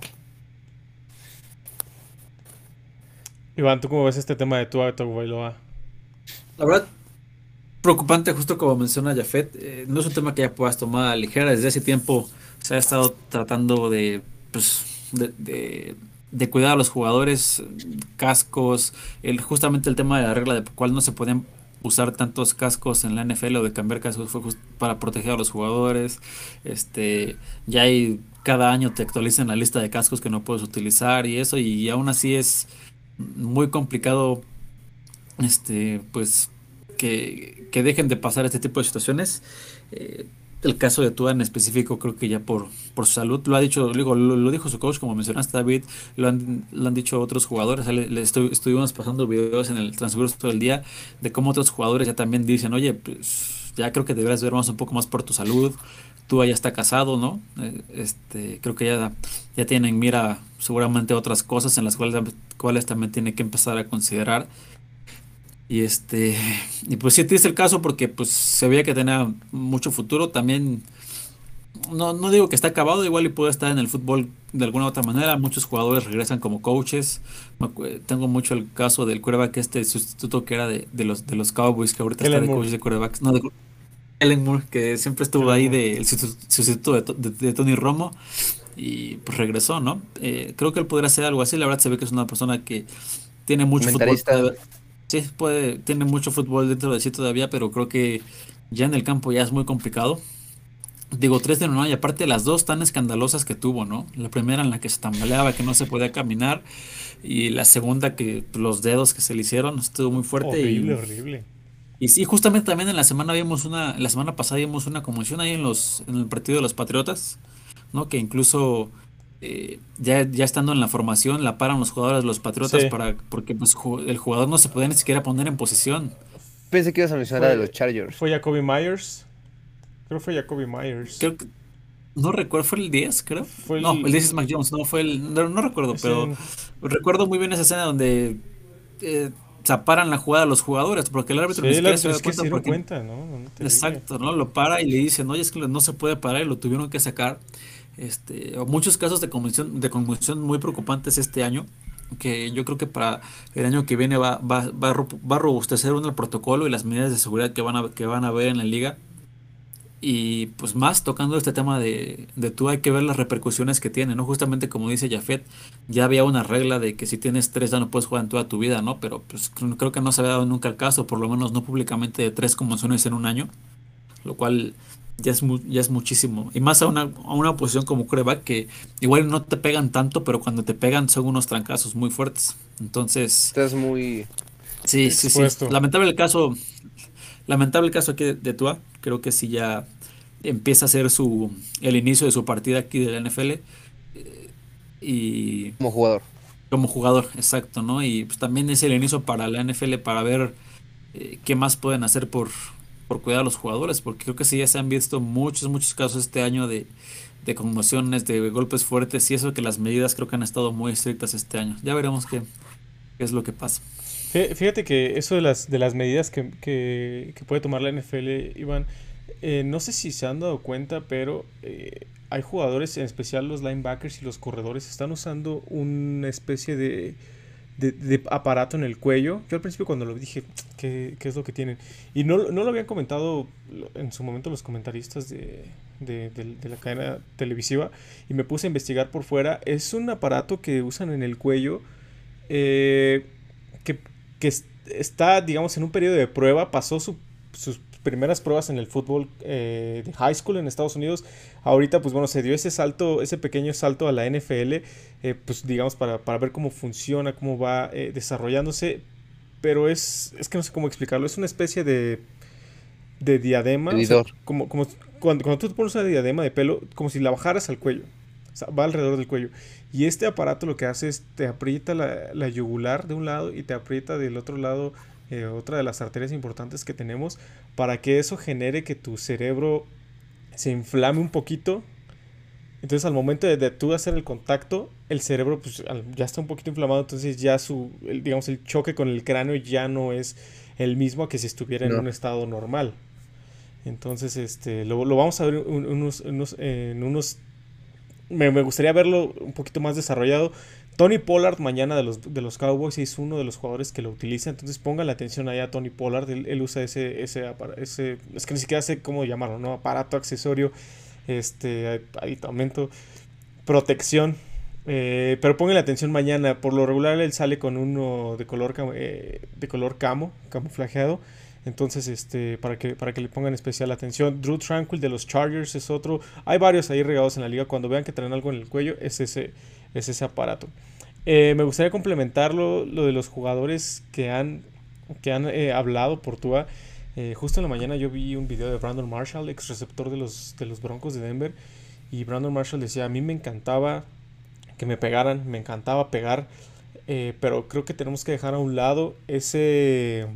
S3: Iván, ¿tú cómo ves este tema de Tua Tagovailoa?
S4: La verdad, preocupante, justo como menciona Jafet. Eh, no es un tema que ya puedas tomar a la ligera. Desde hace tiempo se ha estado tratando de, pues, de, de, de cuidar a los jugadores, cascos, el, justamente el tema de la regla de por cuál no se pueden usar tantos cascos en la N F L o de cambiar cascos fue just para proteger a los jugadores. Este, ya hay, cada año te actualizan la lista de cascos que no puedes utilizar y eso, y aún así es muy complicado, este, pues, que, que dejen de pasar este tipo de situaciones. Eh, el caso de Tua en específico, creo que ya por, por su salud, lo ha dicho, digo, lo, lo dijo su coach, como mencionaste, David, lo han, lo han dicho otros jugadores. Le, le estu- estuvimos pasando videos en el transcurso del día de cómo otros jugadores ya también dicen, oye, pues ya creo que deberías ver más un poco más por tu salud. Tua ya está casado, ¿no? Eh, este, creo que ya, ya tiene en mira seguramente otras cosas en las cuales, cuales también tiene que empezar a considerar. Y este, y pues sí, es el caso porque pues se veía que tenía mucho futuro. También, no, no digo que está acabado, igual y puede estar en el fútbol de alguna u otra manera. Muchos jugadores regresan como coaches. Me acue- tengo mucho el caso del quarterback, este sustituto que era de, de los de los Cowboys, que ahorita está
S3: Kellen
S4: de
S3: Moore.
S4: coach de quarterbacks. No, de Kellen Moore, que siempre estuvo
S3: Kellen
S4: ahí
S3: Moore.
S4: de el sustitu- sustituto de, To- de- de Tony Romo y pues regresó, ¿no? Eh, creo que él podría hacer algo así. La verdad se ve que es una persona que tiene mucho fútbol.
S5: Comentarista.
S4: Sí, puede, tiene mucho fútbol dentro de sí todavía, pero creo que ya en el campo ya es muy complicado. Digo, tres de uno, y aparte las dos tan escandalosas que tuvo, ¿no? La primera en la que se tambaleaba, que no se podía caminar, y la segunda que los dedos que se le hicieron estuvo muy fuerte.
S3: Horrible,
S4: Y,
S3: horrible.
S4: y sí, justamente también en la semana vimos una, la semana pasada vimos una conmoción ahí en los, en el partido de los Patriotas, ¿no? Que incluso eh, ya, ya estando en la formación la paran los jugadores de los Patriotas
S3: Sí.
S4: para, porque pues, ju- el jugador no se podía ni siquiera poner en posición.
S5: Pensé que ibas a mencionar a
S3: Fue,
S5: los Chargers.
S3: fue Jacoby Myers. Creo que fue Jacoby Myers.
S4: Creo que, no recuerdo, fue el diez, creo.
S3: Fue
S4: No,
S3: el-
S4: el diez es Mac Jones, no fue el, no, no recuerdo,
S3: Ese-
S4: pero recuerdo muy bien esa escena donde eh, paran la jugada a los jugadores, porque el árbitro
S3: Sí,
S4: ni siquiera
S3: la-
S4: se da
S3: es que
S4: cuenta
S3: se dieron
S4: porque-
S3: cuenta, ¿no? No, terrible.
S4: Exacto, ¿no? Lo para y le dicen, oye, es que no se puede parar y lo tuvieron que sacar. Este, o muchos casos de conmoción, de conmoción muy preocupantes este año, que yo creo que para el año que viene va, va, va, a ro- va a robustecer uno el protocolo y las medidas de seguridad que van a, que van a haber en la liga. Y pues más tocando este tema de, de tú hay que ver las repercusiones que tiene, ¿no? Justamente como dice Jafet, ya había una regla de que si tienes tres ya no puedes jugar en toda tu vida, ¿no? Pero pues cr- creo que no se había dado nunca el caso, por lo menos no públicamente, de tres conmociones en un año, lo cual ya es mu- ya es muchísimo. Y más a una, a una posición como quarterback que igual no te pegan tanto, pero cuando te pegan son unos trancazos muy fuertes. Entonces,
S5: Estás muy...
S4: sí, sí, sí.
S3: Expuesto.
S4: Lamentable el caso, lamentable el caso aquí de, de Tua. Creo que sí ya empieza a ser su el inicio de su partida aquí de la N F L eh, y
S5: como jugador.
S4: como jugador, exacto, ¿no? Y pues también es el inicio para la N F L para ver eh, qué más pueden hacer por, por cuidar a los jugadores, porque creo que sí ya se han visto muchos, muchos casos este año de, de conmociones, de golpes fuertes y eso que las medidas creo que han estado muy estrictas este año. Ya veremos qué, qué es lo que pasa.
S3: Fí- Fíjate que eso de las, de las medidas que, que, que puede tomar la N F L, Iván, eh, no sé si se han dado cuenta, pero eh, hay jugadores, en especial los linebackers y los corredores, están usando una especie de, de, de aparato en el cuello. Yo al principio cuando lo vi dije, ¿qué, qué es lo que tienen? Y no, no lo habían comentado lo- en su momento los comentaristas de, de, de- de la cadena televisiva, y me puse a investigar por fuera. Es un aparato que usan en el cuello, eh, que, que es- está, digamos, en un periodo de prueba, pasó su- sus primeras pruebas en el fútbol eh, de high school en Estados Unidos. Ahorita, pues bueno, se dio ese salto, ese pequeño salto a la N F L, eh, pues digamos, para, para ver cómo funciona, cómo va eh, desarrollándose. Pero es, es que no sé cómo explicarlo. Es una especie de, de diadema. O sea,
S5: Medidor.
S3: como, como cuando, cuando tú te pones una diadema de pelo, como si la bajaras al cuello. O sea, va alrededor del cuello. Y este aparato lo que hace es te aprieta la, la yugular de un lado y te aprieta del otro lado eh, otra de las arterias importantes que tenemos, para que eso genere que tu cerebro se inflame un poquito. Entonces al momento de, de tú hacer el contacto, el cerebro pues al- ya está un poquito inflamado, entonces ya su, el- digamos, el choque con el cráneo ya no es el mismo a que si estuviera en
S5: No.
S3: un estado normal. Entonces este lo, lo vamos a ver un- unos, unos, en unos me, me gustaría verlo un poquito más desarrollado. Tony Pollard mañana de los, de los Cowboys es uno de los jugadores que lo utiliza, entonces pongan la atención allá a Tony Pollard, él, él usa ese, ese, ese, es que ni siquiera sé cómo llamarlo, ¿no? Aparato, accesorio, este, aditamento, protección, eh, pero pongan la atención mañana, por lo regular él sale con uno de color, eh, de color camo, camuflajeado, entonces este, para que, para que le pongan especial atención. Drew Tranquill de los Chargers es otro, hay varios ahí regados en la liga, cuando vean que traen algo en el cuello, es ese... es ese aparato. Eh, me gustaría complementarlo, lo de los jugadores que han, que han eh, hablado por Tua. Eh, justo en la mañana yo vi un video de Brandon Marshall, ex receptor de los, de los Broncos de Denver. Y Brandon Marshall decía, a mí me encantaba que me pegaran, me encantaba pegar. Eh, pero creo que tenemos que dejar a un lado ese...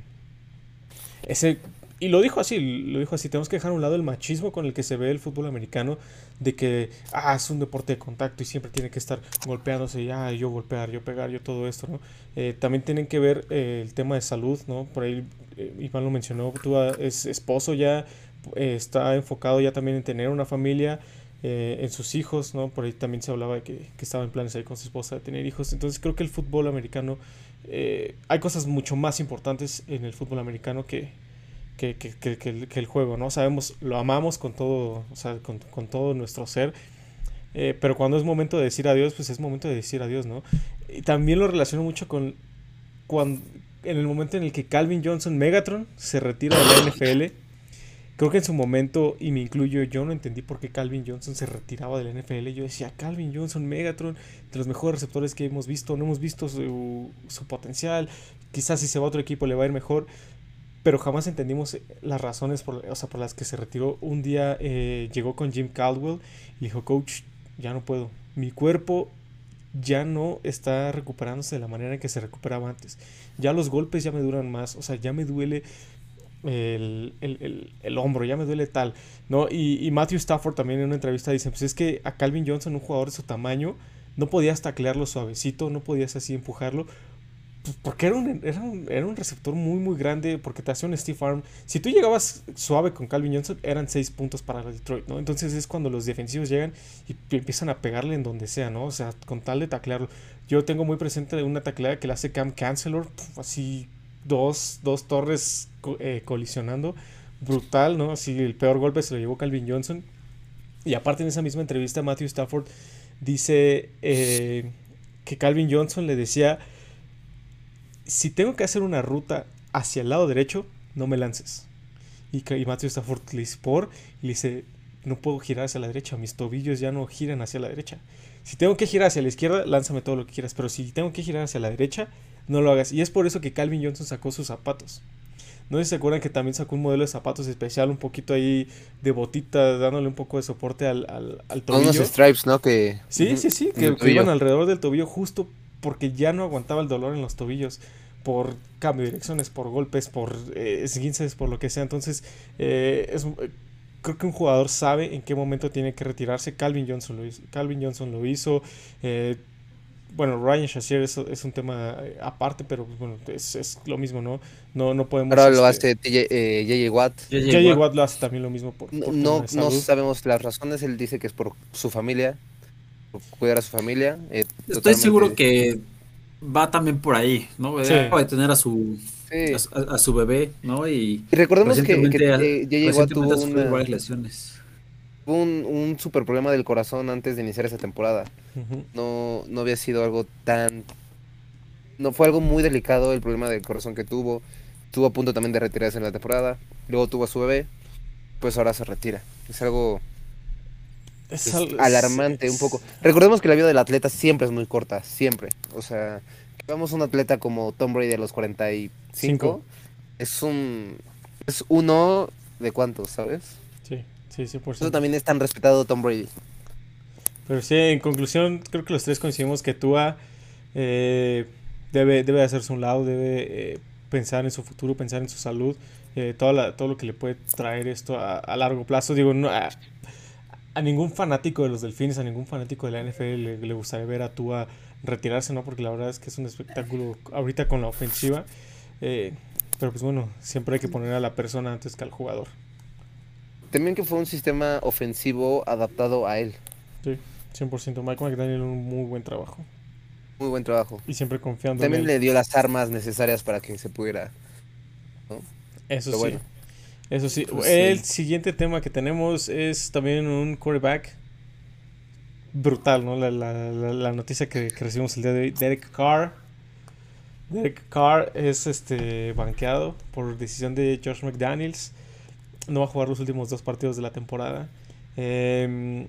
S3: ese y lo dijo así, lo dijo así, tenemos que dejar a un lado el machismo con el que se ve el fútbol americano, de que, ah, es un deporte de contacto y siempre tiene que estar golpeándose, y, ah, yo golpear, yo pegar, yo todo esto, ¿no? Eh, también tienen que ver eh, el tema de salud, ¿no? Por ahí eh, Iván lo mencionó, tú es esposo ya, eh, está enfocado ya también en tener una familia, eh, en sus hijos, ¿no? Por ahí también se hablaba de que, que estaba en planes ahí con su esposa de tener hijos, entonces creo que el fútbol americano, eh, hay cosas mucho más importantes en el fútbol americano que Que, que, que, que, el, que el juego, ¿no? Sabemos, lo amamos con todo, o sea, con, con todo nuestro ser, eh, pero cuando es momento de decir adiós, pues es momento de decir adiós, ¿no? Y también lo relaciono mucho con cuando, en el momento en el que Calvin Johnson, Megatron, se retira de la N F L. Creo que en su momento, y me incluyo, yo no entendí por qué Calvin Johnson se retiraba de la N F L. Yo decía, Calvin Johnson, Megatron, de los mejores receptores que hemos visto, no hemos visto su, su potencial, quizás si se va a otro equipo le va a ir mejor, pero jamás entendimos las razones por, o sea, por las que se retiró. Un día eh, llegó con Jim Caldwell y dijo, coach, ya no puedo, mi cuerpo ya no está recuperándose de la manera en que se recuperaba antes, ya los golpes ya me duran más, o sea, ya me duele el, el, el, el hombro, ya me duele tal, ¿no? Y, y Matthew Stafford también en una entrevista dice, pues es que a Calvin Johnson, un jugador de su tamaño, no podías taclearlo suavecito, no podías así empujarlo, porque era un, era, un, era un receptor muy muy grande, porque te hacía un stiff arm. Si tú llegabas suave con Calvin Johnson, eran seis puntos para Detroit, ¿no? Entonces es cuando los defensivos llegan y empiezan a pegarle en donde sea, ¿no? O sea, con tal de taclearlo. Yo tengo muy presente una tacleada que le hace Cam Chancellor, puf, así dos, dos torres eh, colisionando, brutal, ¿no? Así el peor golpe se lo llevó Calvin Johnson. Y aparte en esa misma entrevista Matthew Stafford dice eh, que Calvin Johnson le decía, si tengo que hacer una ruta hacia el lado derecho, no me lances. Y, y Matthew Stafford le dice, por, y le dice, no puedo girar hacia la derecha, mis tobillos ya no giran hacia la derecha. Si tengo que girar hacia la izquierda, lánzame todo lo que quieras, pero si tengo que girar hacia la derecha, no lo hagas. Y es por eso que Calvin Johnson sacó sus zapatos. No sé si se acuerdan que también sacó un modelo de zapatos especial, un poquito ahí de botita, dándole un poco de soporte al, al, al tobillo.
S5: Unos stripes, ¿no? Que,
S3: sí, sí, sí, que, que iban alrededor del tobillo justo porque ya no aguantaba el dolor en los tobillos, por cambio de direcciones, por golpes, por eh, esguinces, por lo que sea. Entonces, eh, es, eh, creo que un jugador sabe en qué momento tiene que retirarse. Calvin Johnson lo hizo. Calvin Johnson lo hizo. Eh, bueno, Ryan Shazier es, es un tema aparte, pero bueno, es, es lo mismo, ¿no? No, no podemos...
S5: Ahora lo
S3: este,
S5: hace eh, J J Watt.
S3: J J Watt lo hace también lo mismo. Por,
S5: no
S3: por
S5: no, no sabemos las razones. Él dice que es por su familia, por cuidar a su familia. Eh,
S4: Estoy
S5: totalmente...
S4: seguro que va también por ahí, ¿no? Sí. Acaba de tener a su sí. a, a su bebé, ¿no? Y,
S5: y recordemos que, que eh, J J Watt tuvo una,
S4: varias lesiones.
S5: Un, un super problema del corazón antes de iniciar esa temporada. Uh-huh. No, no había sido algo tan... No fue algo muy delicado el problema del corazón que tuvo. Estuvo a punto también de retirarse en la temporada. Luego tuvo a su bebé. Pues ahora se retira. Es algo... Es, es al... alarmante es... un poco. Recordemos que la vida del atleta siempre es muy corta. Siempre. O sea, vemos un atleta como Tom Brady de los cuarenta y cinco. Cinco. Es un... Es uno de cuántos, ¿sabes?
S3: Sí. Sí, sí, por
S5: eso también es tan respetado Tom Brady.
S3: Pero sí, en conclusión, creo que los tres coincidimos que Tua eh, debe, debe hacerse un lado, debe eh, pensar en su futuro, pensar en su salud, eh, toda la, todo lo que le puede traer esto a, a largo plazo. Digo, no, a, a ningún fanático de los Delfines, a ningún fanático de la N F L le, le gustaría ver a Tua retirarse, ¿no? Porque la verdad es que es un espectáculo ahorita con la ofensiva. Eh, pero pues bueno, siempre hay que poner a la persona antes que al jugador.
S5: También que fue un sistema ofensivo adaptado a él.
S3: Sí. cien por ciento. Mike McDaniel un muy buen trabajo.
S5: Muy buen trabajo.
S3: Y siempre confiando
S5: También
S3: en él.
S5: le dio las armas necesarias para que se pudiera, ¿no?
S3: Eso
S5: Pero
S3: sí.
S5: bueno.
S3: Eso sí.
S4: Pues
S3: el
S4: sí.
S3: siguiente tema que tenemos es también un quarterback brutal, ¿no? La, la, la, la noticia que, que recibimos el día de hoy. Derek Carr. Derek Carr es este banqueado por decisión de Josh McDaniels. No va a jugar los últimos dos partidos de la temporada. Eh,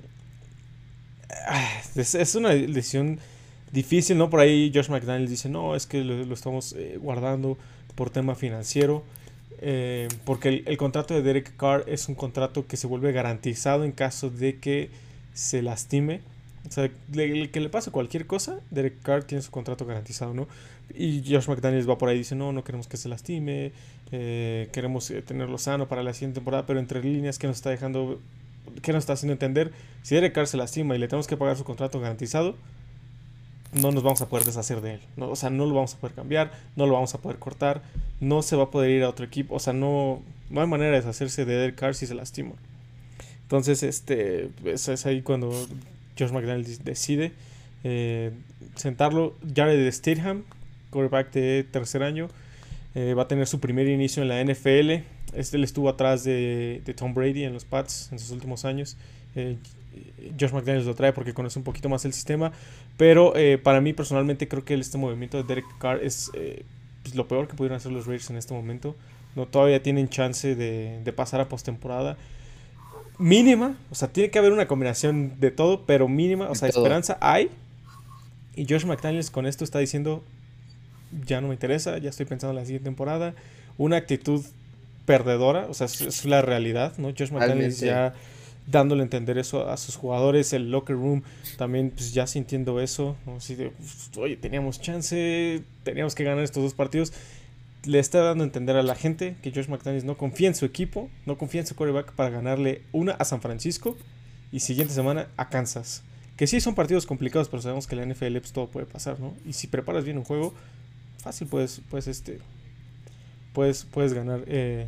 S3: es, es una decisión difícil, ¿no? Por ahí Josh McDaniels dice, no, es que lo, lo estamos eh, guardando por tema financiero. Eh, porque el, el contrato de Derek Carr es un contrato que se vuelve garantizado en caso de que se lastime. O sea, le, que le pase cualquier cosa, Derek Carr tiene su contrato garantizado, ¿no? Y Josh McDaniels va por ahí y dice, no, no queremos que se lastime, eh, queremos eh, tenerlo sano para la siguiente temporada, pero entre líneas, ¿qué nos está dejando, qué nos está haciendo entender? Si Derek Carr se lastima y le tenemos que pagar su contrato garantizado, no nos vamos a poder deshacer de él, ¿no? O sea, no lo vamos a poder cambiar, no lo vamos a poder cortar, no se va a poder ir a otro equipo, o sea, no, no hay manera de deshacerse de Derek Carr si se lastima. Entonces, este, es, es ahí cuando Josh McDaniels decide eh, sentarlo. Jared Stidham, quarterback de tercer año, eh, va a tener su primer inicio en la N F L. Este él estuvo atrás de, de Tom Brady en los Pats en sus últimos años. Eh, Josh McDaniels lo trae porque conoce un poquito más el sistema, pero eh, para mí personalmente creo que este movimiento de Derek Carr es eh, pues lo peor que pudieron hacer los Raiders en este momento. No, todavía tienen chance de, de pasar a postemporada mínima, o sea, tiene que haber una combinación de todo, pero mínima, o sea, esperanza hay. Y Josh McDaniels con esto está diciendo, ya no me interesa, ya estoy pensando en la siguiente temporada. Una actitud perdedora, o sea, es, es la realidad, ¿no? Josh McDaniels ya dándole a entender eso a sus jugadores, el locker room también pues ya sintiendo eso, ¿no? Así de, oye, teníamos chance, teníamos que ganar estos dos partidos. Le está dando a entender a la gente que Josh McDaniels no confía en su equipo, no confía en su quarterback para ganarle una a San Francisco y siguiente semana a Kansas. Que sí son partidos complicados, pero sabemos que en la N F L pues, todo puede pasar, ¿no? Y si preparas bien un juego, fácil puedes, puedes, este, puedes, puedes ganar eh,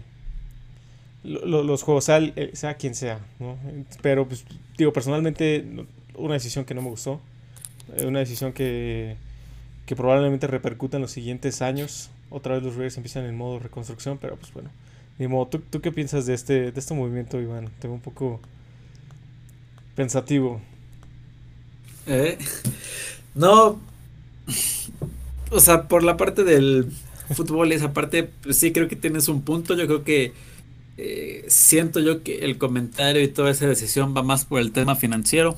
S3: lo, los juegos, sea, sea quien sea, ¿no? Pero, pues, digo, personalmente, una decisión que no me gustó, una decisión que, que probablemente repercuta en los siguientes años. Otra vez los Raiders empiezan en modo reconstrucción, pero pues bueno. Ni modo, ¿tú, ¿tú qué piensas de este, de este movimiento, Iván? Te veo un poco pensativo.
S4: Eh, no, o sea, por la parte del fútbol, esa parte, pues sí creo que tienes un punto. Yo creo que eh, siento yo que el comentario y toda esa decisión va más por el tema financiero.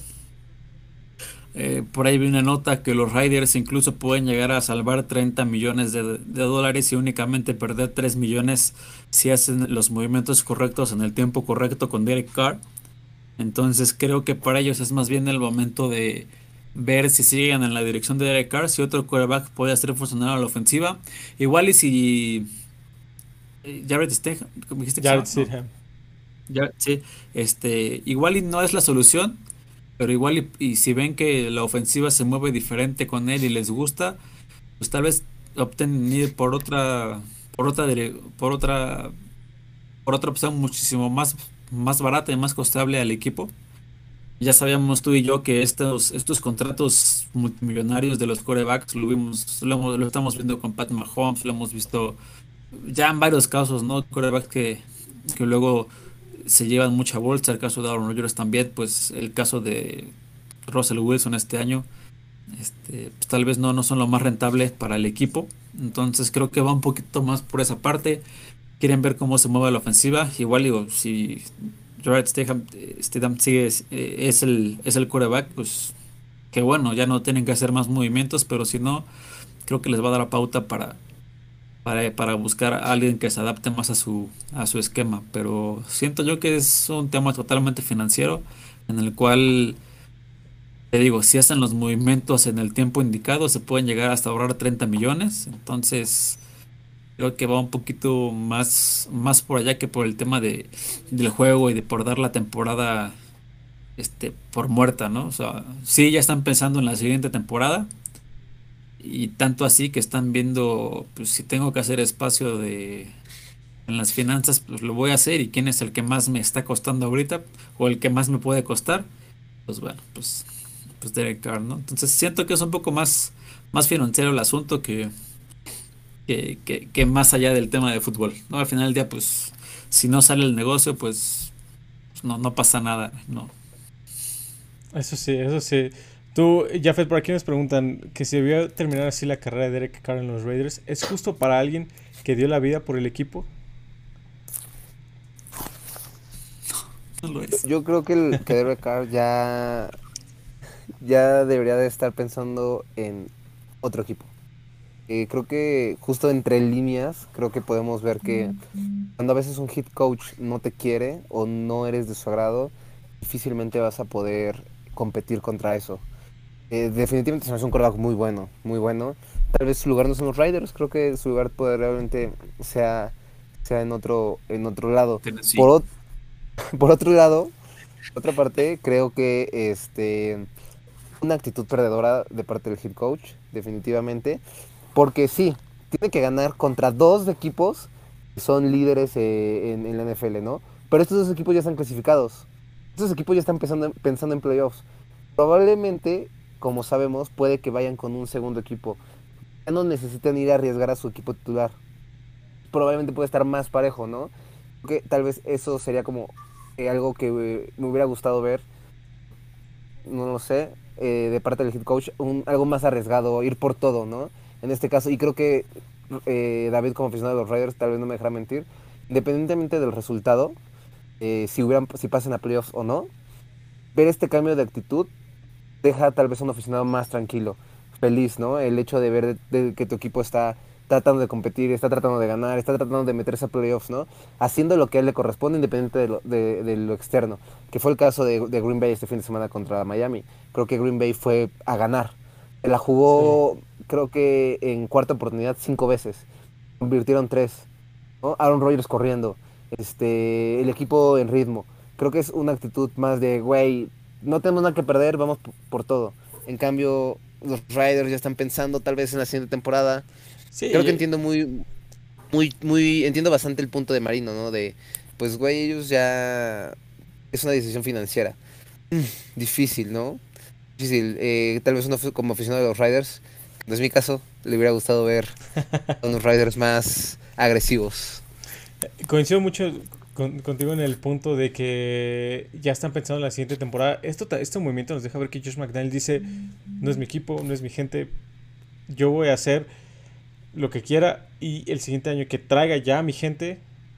S4: Eh, por ahí vi una nota que los Raiders incluso pueden llegar a salvar treinta millones de, de dólares y únicamente perder tres millones si hacen los movimientos correctos en el tiempo correcto con Derek Carr. Entonces creo que para ellos es más bien el momento de ver si siguen en la dirección de Derek Carr, si otro quarterback puede hacer funcionar a la ofensiva. Igual y si Jared Stidham, ¿cómo dijiste que
S3: Jared
S4: se llama?
S3: Stidham.
S4: Ya, sí, este, igual y no es la solución. Pero igual y, y si ven que la ofensiva se mueve diferente con él y les gusta, pues tal vez opten ir por otra, por otra, dire- por otra, por otra opción muchísimo más, más barata y más costable al equipo. Ya sabíamos tú y yo que estos, estos contratos multimillonarios de los quarterbacks lo vimos, lo, hemos- lo estamos viendo con Pat Mahomes, lo hemos visto ya en varios casos, ¿no? Quarterbacks que, que luego se llevan mucha bolsa. El caso de Aaron Rodgers también, pues el caso de Russell Wilson este año, este, pues, tal vez no, no son lo más rentables para el equipo. Entonces creo que va un poquito más por esa parte. Quieren ver cómo se mueve la ofensiva. Igual digo, si Jared Stidham, Stidham sigue, eh, es el, es el quarterback, pues que bueno, ya no tienen que hacer más movimientos, pero si no, creo que les va a dar la pauta para para, para buscar a alguien que se adapte más a su, a su esquema. Pero siento yo que es un tema totalmente financiero en el cual, te digo, si hacen los movimientos en el tiempo indicado, se pueden llegar hasta ahorrar treinta millones. Entonces, creo que va un poquito más, más por allá que por el tema de, del juego y de por dar la temporada este, por muerta, ¿no? O sea, sí, ya están pensando en la siguiente temporada. Y tanto así que están viendo, pues si tengo que hacer espacio de en las finanzas, pues lo voy a hacer. Y quién es el que más me está costando ahorita o el que más me puede costar, pues bueno, pues pues Derek Carr, ¿no? Entonces siento que es un poco más, más financiero el asunto que, que, que, que más allá del tema de fútbol, ¿no? Al final del día, pues, si no sale el negocio, pues no, no pasa nada, ¿no?
S3: Eso sí, eso sí. Tú, Jafet, por aquí nos preguntan que si debió terminar así la carrera de Derek Carr en los Raiders, ¿es justo para alguien que dio la vida por el equipo?
S4: No lo es.
S5: Yo creo que, el, que Derek Carr ya, ya debería de estar pensando en otro equipo. Eh, creo que justo entre líneas, creo que podemos ver que cuando a veces un head coach no te quiere o no eres de su agrado, difícilmente vas a poder competir contra eso. Eh, definitivamente se me hace un quarterback muy bueno, muy bueno. Tal vez su lugar no son los Raiders, creo que su lugar puede realmente sea, sea en otro, en otro lado.
S4: Tennessee.
S5: Por, ot- por otro lado, otra parte, creo que este una actitud perdedora de parte del head coach, definitivamente. Porque sí, tiene que ganar contra dos equipos que son líderes eh, en, en la N F L, ¿no? Pero estos dos equipos ya están clasificados. Estos equipos ya están pensando, pensando en playoffs. Probablemente, como sabemos, puede que vayan con un segundo equipo. Ya no necesitan ir a arriesgar a su equipo titular. Probablemente puede estar más parejo, ¿no? Que tal vez eso sería como eh, algo que eh, me hubiera gustado ver. No lo sé, eh, de parte del head coach, un, algo más arriesgado, ir por todo, ¿no? En este caso, y creo que eh, David como aficionado de los Raiders tal vez no me dejará mentir, independientemente del resultado, eh, si hubieran, si pasan a playoffs o no, ver este cambio de actitud deja tal vez a un aficionado más tranquilo, feliz, ¿no? El hecho de ver de, de que tu equipo está tratando de competir, está tratando de ganar, está tratando de meterse a playoffs, ¿no? Haciendo lo que a él le corresponde independiente de lo, de, de lo externo, que fue el caso de, de Green Bay este fin de semana contra Miami. Creo que Green Bay fue a ganar. La jugó, sí. Creo que en cuarta oportunidad cinco veces. Convirtieron tres, ¿no? Aaron Rodgers corriendo. Este, el equipo en ritmo. Creo que es una actitud más de, güey, no tenemos nada que perder, vamos por, por todo. En cambio, los Raiders ya están pensando tal vez en la siguiente temporada. Sí. Creo que entiendo muy, muy, muy, entiendo bastante el punto de Marino, ¿no? De, pues, güey, ellos ya, es una decisión financiera. Mm, difícil, ¿no? Difícil. Eh, tal vez uno como aficionado de los Raiders, no es mi caso, le hubiera gustado ver a unos Raiders más agresivos.
S3: Coincido mucho con, contigo en el punto de que ya están pensando en la siguiente temporada. Esto, este movimiento nos deja ver que Josh McDaniel dice, no es mi equipo, no es mi gente, yo voy a hacer lo que quiera y el siguiente año que traiga ya a mi gente,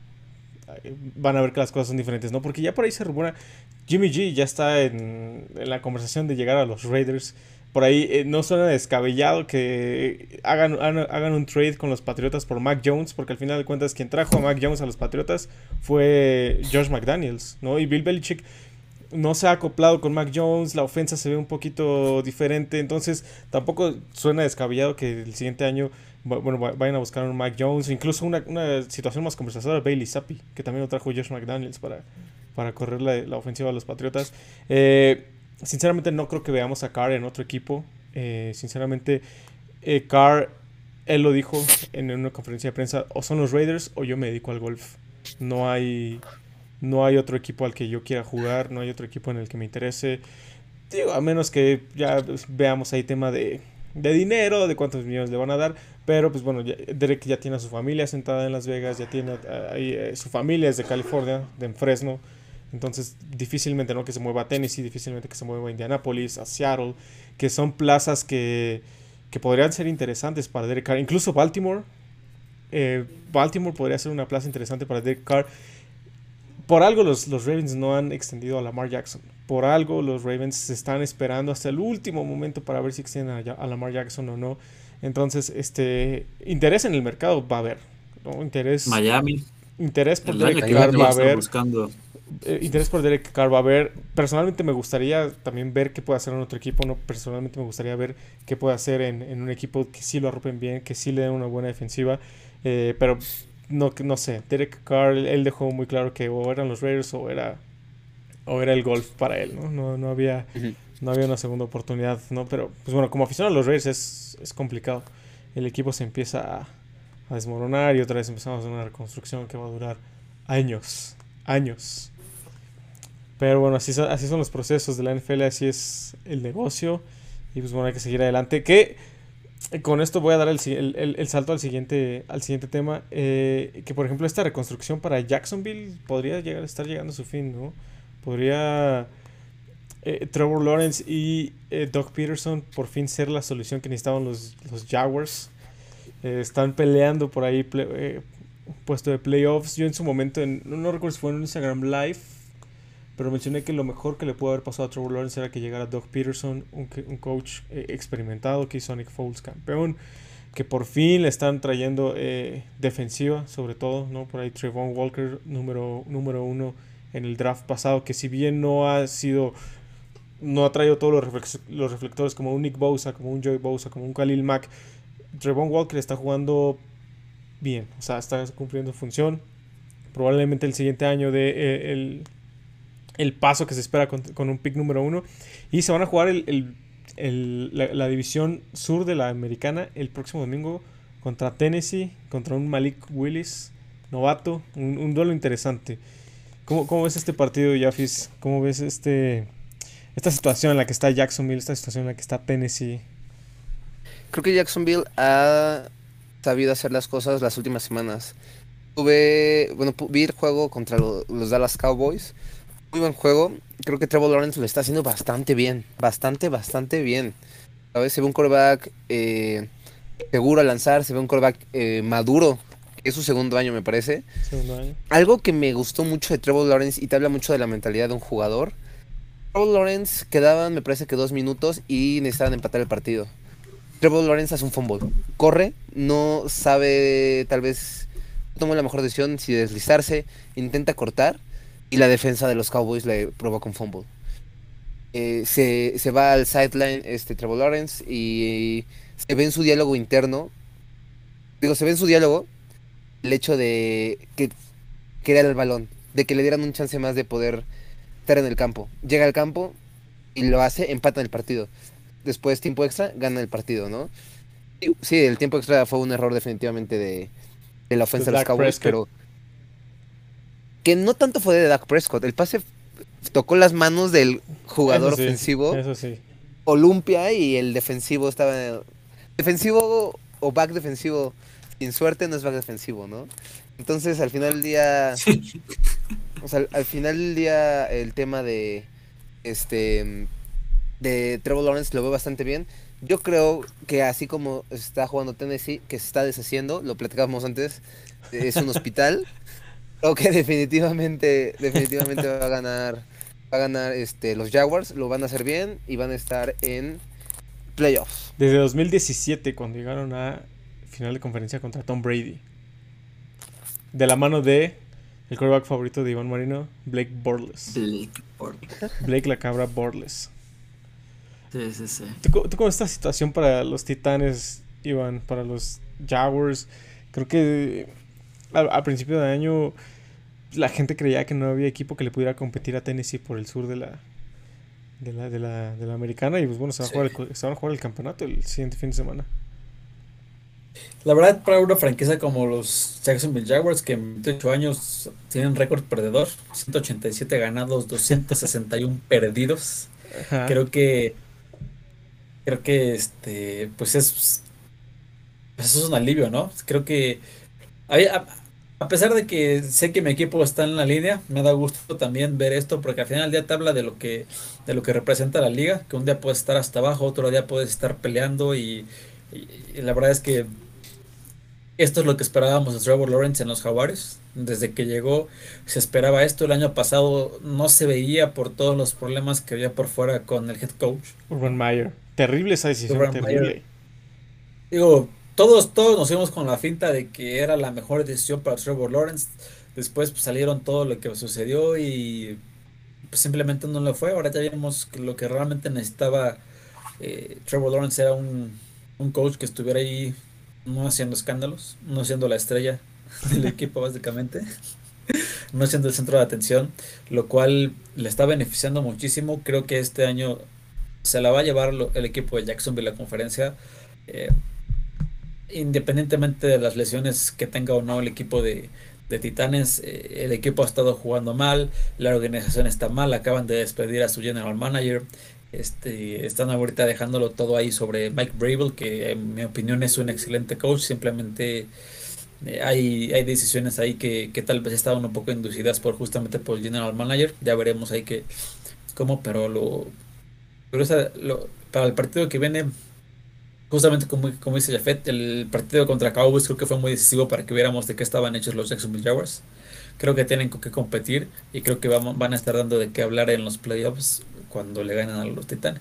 S3: van a ver que las cosas son diferentes, ¿no? Porque ya por ahí se rumora, Jimmy G ya está en, en la conversación de llegar a los Raiders. Por ahí eh, no suena descabellado que hagan, hagan, hagan un trade con los Patriotas por Mac Jones, porque al final de cuentas quien trajo a Mac Jones a los Patriotas fue Josh McDaniels, ¿no? Y Bill Belichick no se ha acoplado con Mac Jones, la ofensa se ve un poquito diferente, entonces tampoco suena descabellado que el siguiente año, bueno, vayan a buscar un Mac Jones, incluso una, una situación más conversadora, Bailey Zappi, que también lo trajo Josh McDaniels para, para correr la, la ofensiva de los Patriotas. Eh, sinceramente no creo que veamos a Carr en otro equipo. Eh, sinceramente, eh, Carr, él lo dijo en una conferencia de prensa, o son los Raiders o yo me dedico al golf. No hay... No hay otro equipo al que yo quiera jugar, no hay otro equipo en el que me interese. Digo, a menos que ya veamos ahí tema de, de dinero, de cuántos millones le van a dar. Pero pues bueno, ya, Derek ya tiene a su familia sentada en Las Vegas, ya tiene ahí eh, su familia es de California, de Fresno. Entonces difícilmente, ¿no?, que se mueva a Tennessee, difícilmente que se mueva a Indianapolis, a Seattle, que son plazas que, que podrían ser interesantes para Derek Carr. Incluso Baltimore. Eh, Baltimore podría ser una plaza interesante para Derek Carr. Por algo los, los Ravens no han extendido a Lamar Jackson. Por algo los Ravens se están esperando hasta el último momento para ver si extienden a, a Lamar Jackson o no. Entonces, este interés en el mercado va a haber, ¿no? Interés.
S4: Miami.
S3: Interés por Derek Carr va a haber. Eh, interés por Derek Carr va a haber. Personalmente me gustaría también ver qué puede hacer en otro equipo. No, personalmente me gustaría ver qué puede hacer en, en un equipo que sí lo arropen bien, que sí le den una buena defensiva. Eh, pero no, no sé, Derek Carr, él dejó muy claro que o eran los Raiders o era o era el golf para él, ¿no? No, no había uh-huh. no había una segunda oportunidad, ¿no? Pero, pues bueno, como aficionado a los Raiders es, es complicado. El equipo se empieza a, a desmoronar y otra vez empezamos una reconstrucción que va a durar años, años. Pero bueno, así, así son los procesos de la N F L, así es el negocio. Y pues bueno, hay que seguir adelante. Que con esto voy a dar el, el, el salto al siguiente, al siguiente tema. Eh, que por ejemplo esta reconstrucción para Jacksonville podría llegar a estar llegando a su fin, ¿no? Podría eh, Trevor Lawrence y eh, Doug Peterson por fin ser la solución que necesitaban los, los Jaguars. Eh, están peleando por ahí play, eh, puesto de playoffs. Yo en su momento, en, no, no recuerdo si fue en un Instagram Live, pero mencioné que lo mejor que le pudo haber pasado a Trevor Lawrence era que llegara Doug Peterson, un, un coach eh, experimentado que hizo Nick Foles campeón, que por fin le están trayendo eh, defensiva, sobre todo, ¿no? Por ahí Trevon Walker, número, número uno en el draft pasado, que si bien no ha sido, no ha traído todos los, reflex, los reflectores como un Nick Bosa, como un Joey Bosa, como un Khalil Mack, Trevon Walker está jugando bien, o sea, está cumpliendo función. Probablemente el siguiente año de eh, el, el paso que se espera con, con un pick número uno. Y se van a jugar el, el, el, la, la división sur de la americana el próximo domingo contra Tennessee, contra un Malik Willis novato, un, un duelo interesante. ¿Cómo, ¿Cómo ves este partido, Jafis? ¿Cómo ves este esta situación en la que está Jacksonville, esta situación en la que está Tennessee?
S5: Creo que Jacksonville ha sabido hacer las cosas las últimas semanas. Tuve, bueno, vi el juego contra lo, los Dallas Cowboys. Muy buen juego. Creo que Trevor Lawrence lo está haciendo bastante bien. Bastante, bastante bien. A veces se ve un quarterback eh, seguro al lanzar. Se ve un quarterback eh, maduro. Es su segundo año, me parece.
S3: Segundo año.
S5: Algo que me gustó mucho de Trevor Lawrence y te habla mucho de la mentalidad de un jugador. Trevor Lawrence quedaban, me parece que dos minutos y necesitaban empatar el partido. Trevor Lawrence hace un fumble. Corre, no sabe, tal vez tomó la mejor decisión, si deslizarse, intenta cortar y la defensa de los Cowboys le provoca un fumble. Eh, se, se va al sideline este Trevor Lawrence y se ve en su diálogo interno, digo, se ve en su diálogo el hecho de que quería el balón, de que le dieran un chance más de poder estar en el campo. Llega al campo y lo hace, empata el partido. Después, tiempo extra, gana el partido, ¿no? Sí, el tiempo extra fue un error definitivamente de, de la ofensa de los Cowboys, pero que no tanto fue de Dak Prescott. El pase tocó las manos del jugador
S3: Eso sí,
S5: ofensivo,
S3: eso sí.
S5: Olympia, y el defensivo estaba... Defensivo o back defensivo sin suerte no es back defensivo, ¿no? Entonces, al final del día... o sea, al, al final del día el tema de... este... de Trevor Lawrence lo veo bastante bien. Yo creo que así como está jugando Tennessee, que se está deshaciendo, lo platicábamos antes, es un hospital. Creo que definitivamente, definitivamente va a ganar, va a ganar este, los Jaguars, lo van a hacer bien y van a estar en playoffs.
S3: Desde dos mil diecisiete, cuando llegaron a final de conferencia contra Tom Brady, de la mano de el quarterback favorito de Iván Marino, Blake Bortles.
S4: Blake Bortles.
S3: Blake la cabra Bortles.
S4: Sí, sí, sí.
S3: ¿Tú, tú cómo esta situación para los Titanes, Iván, para los Jaguars? Creo que al, al principio de año la gente creía que no había equipo que le pudiera competir a Tennessee por el sur de la de la, de la, de la americana, y pues bueno, se van, sí. a jugar el, se van a jugar el campeonato el siguiente fin de semana.
S4: La verdad, para una franquicia como los Jacksonville Jaguars, que en veintiocho años tienen récord perdedor, ciento ochenta y siete ganados, doscientos sesenta y uno perdidos. Ajá. Creo que creo que este pues es pues eso es un alivio, ¿no? Creo que a, a pesar de que sé que mi equipo está en la línea, me da gusto también ver esto, porque al final del día te habla de lo que de lo que representa la liga, que un día puedes estar hasta abajo, otro día puedes estar peleando, y, y, y la verdad es que esto es lo que esperábamos de Trevor Lawrence en los Jaguares. Desde que llegó se esperaba esto. El año pasado no se veía por todos los problemas que había por fuera con el head coach
S3: Urban Meyer. Terrible esa decisión, Urban terrible. Meyer.
S4: Digo, todos, todos nos fuimos con la finta de que era la mejor decisión para Trevor Lawrence. Después pues, salieron todo lo que sucedió y pues, simplemente no lo fue. Ahora ya vimos que lo que realmente necesitaba eh, Trevor Lawrence era un, un coach que estuviera ahí, no haciendo escándalos, no siendo la estrella del equipo básicamente, no siendo el centro de atención, lo cual le está beneficiando muchísimo. Creo que este año se la va a llevar lo, el equipo de Jacksonville a la conferencia, eh, independientemente de las lesiones que tenga o no el equipo de, de Titanes. Eh, el equipo ha estado jugando mal, la organización está mal, acaban de despedir a su general manager. Este, están ahorita dejándolo todo ahí sobre Mike Vrabel, que en mi opinión es un excelente coach. Simplemente eh, hay, hay decisiones ahí que, que tal vez estaban un poco inducidas por justamente por el general manager. Ya veremos ahí que cómo, pero lo, pero esa- lo- para el partido que viene, justamente como, como dice Jafet, el partido contra Cowboys creo que fue muy decisivo para que viéramos de qué estaban hechos los Jacksonville Jaguars. Creo que tienen con qué competir y creo que vamos, van a estar dando de qué hablar en los playoffs cuando le ganen a los Titanes.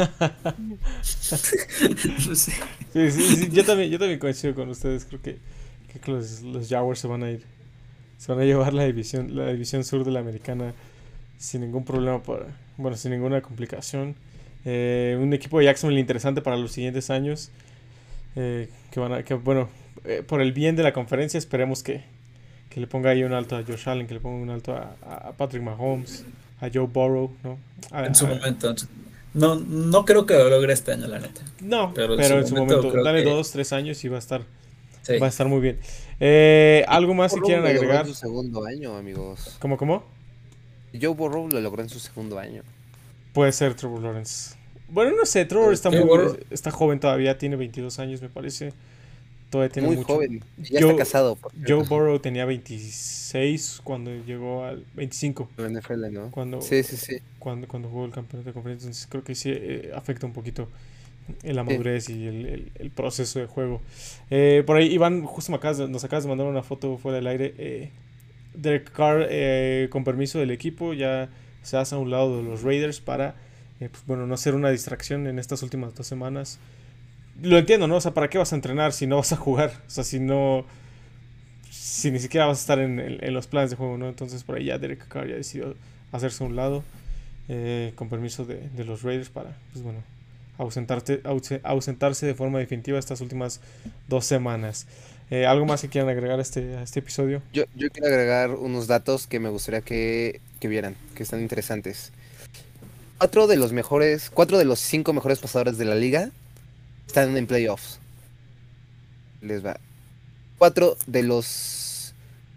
S4: No sé.
S3: Sí, sí, sí, yo también, yo también coincido con ustedes. Creo que, que los, los Jaguars se van a ir. Se van a llevar la división, la división sur de la americana sin ningún problema para, bueno, sin ninguna complicación. Eh, un equipo de Jacksonville interesante para los siguientes años. eh, que van a, que bueno, eh, por el bien de la conferencia esperemos que, que le ponga ahí un alto a Josh Allen, que le ponga un alto a, a Patrick Mahomes, a Joe Burrow, ¿no? A-
S4: En su
S3: a-
S4: momento. en su- No, no creo que lo logre este año, la neta.
S3: no,
S4: Pero
S3: pero,
S4: en su
S3: en su
S4: momento
S3: momento,
S4: creo
S3: dale
S4: que
S3: dos, tres años y va a estar,
S4: sí.
S3: va a estar muy bien. Eh, ¿algo más que
S5: Burrow
S3: quieran
S5: lo logró
S3: agregar?
S5: en su segundo año, amigos.
S3: ¿Cómo, cómo?
S5: Joe Burrow lo logró en su segundo año.
S3: Puede ser Trevor Lawrence. Bueno, no sé, Trevor está
S4: ¿Qué,
S3: muy
S4: Burrow?
S3: está joven todavía, tiene veintidós años, me parece. Todavía tiene
S5: Muy
S3: mucho.
S5: joven. y Ya
S3: Joe,
S5: está casado, por
S3: Joe
S5: cierto,
S3: Burrow tenía veintiséis cuando llegó al veinticinco,
S5: en N F L, ¿no?
S3: cuando,
S5: Sí, sí, sí.
S3: cuando, cuando jugó el campeonato de conferencia. Entonces creo que sí eh, afecta un poquito en la
S5: Sí.
S3: madurez y el, el- el proceso de juego. Eh, por ahí, Iván, justo me acabas de- nos acabas de mandar una foto fuera del aire. Eh, Derek Carr, eh, con permiso del equipo, ya se hace a un lado de los Raiders para, eh, pues, bueno, no ser una distracción en estas últimas dos semanas. Lo entiendo, ¿no? O sea, ¿para qué vas a entrenar si no vas a jugar? O sea, si no... Si ni siquiera vas a estar en, en- en los planes de juego, ¿no? Entonces por ahí ya Derek Carr ya decidió hacerse a un lado, eh, con permiso de, de los Raiders para, pues bueno, ausentarte, ause- ausentarse de forma definitiva estas últimas dos semanas. Eh, ¿algo más que quieran agregar a este, a este episodio?
S5: Yo, yo quiero agregar unos datos que me gustaría que, que vieran, que están interesantes. Cuatro de los mejores, cuatro de los cinco mejores pasadores de la liga están en playoffs. Les va. Cuatro de los...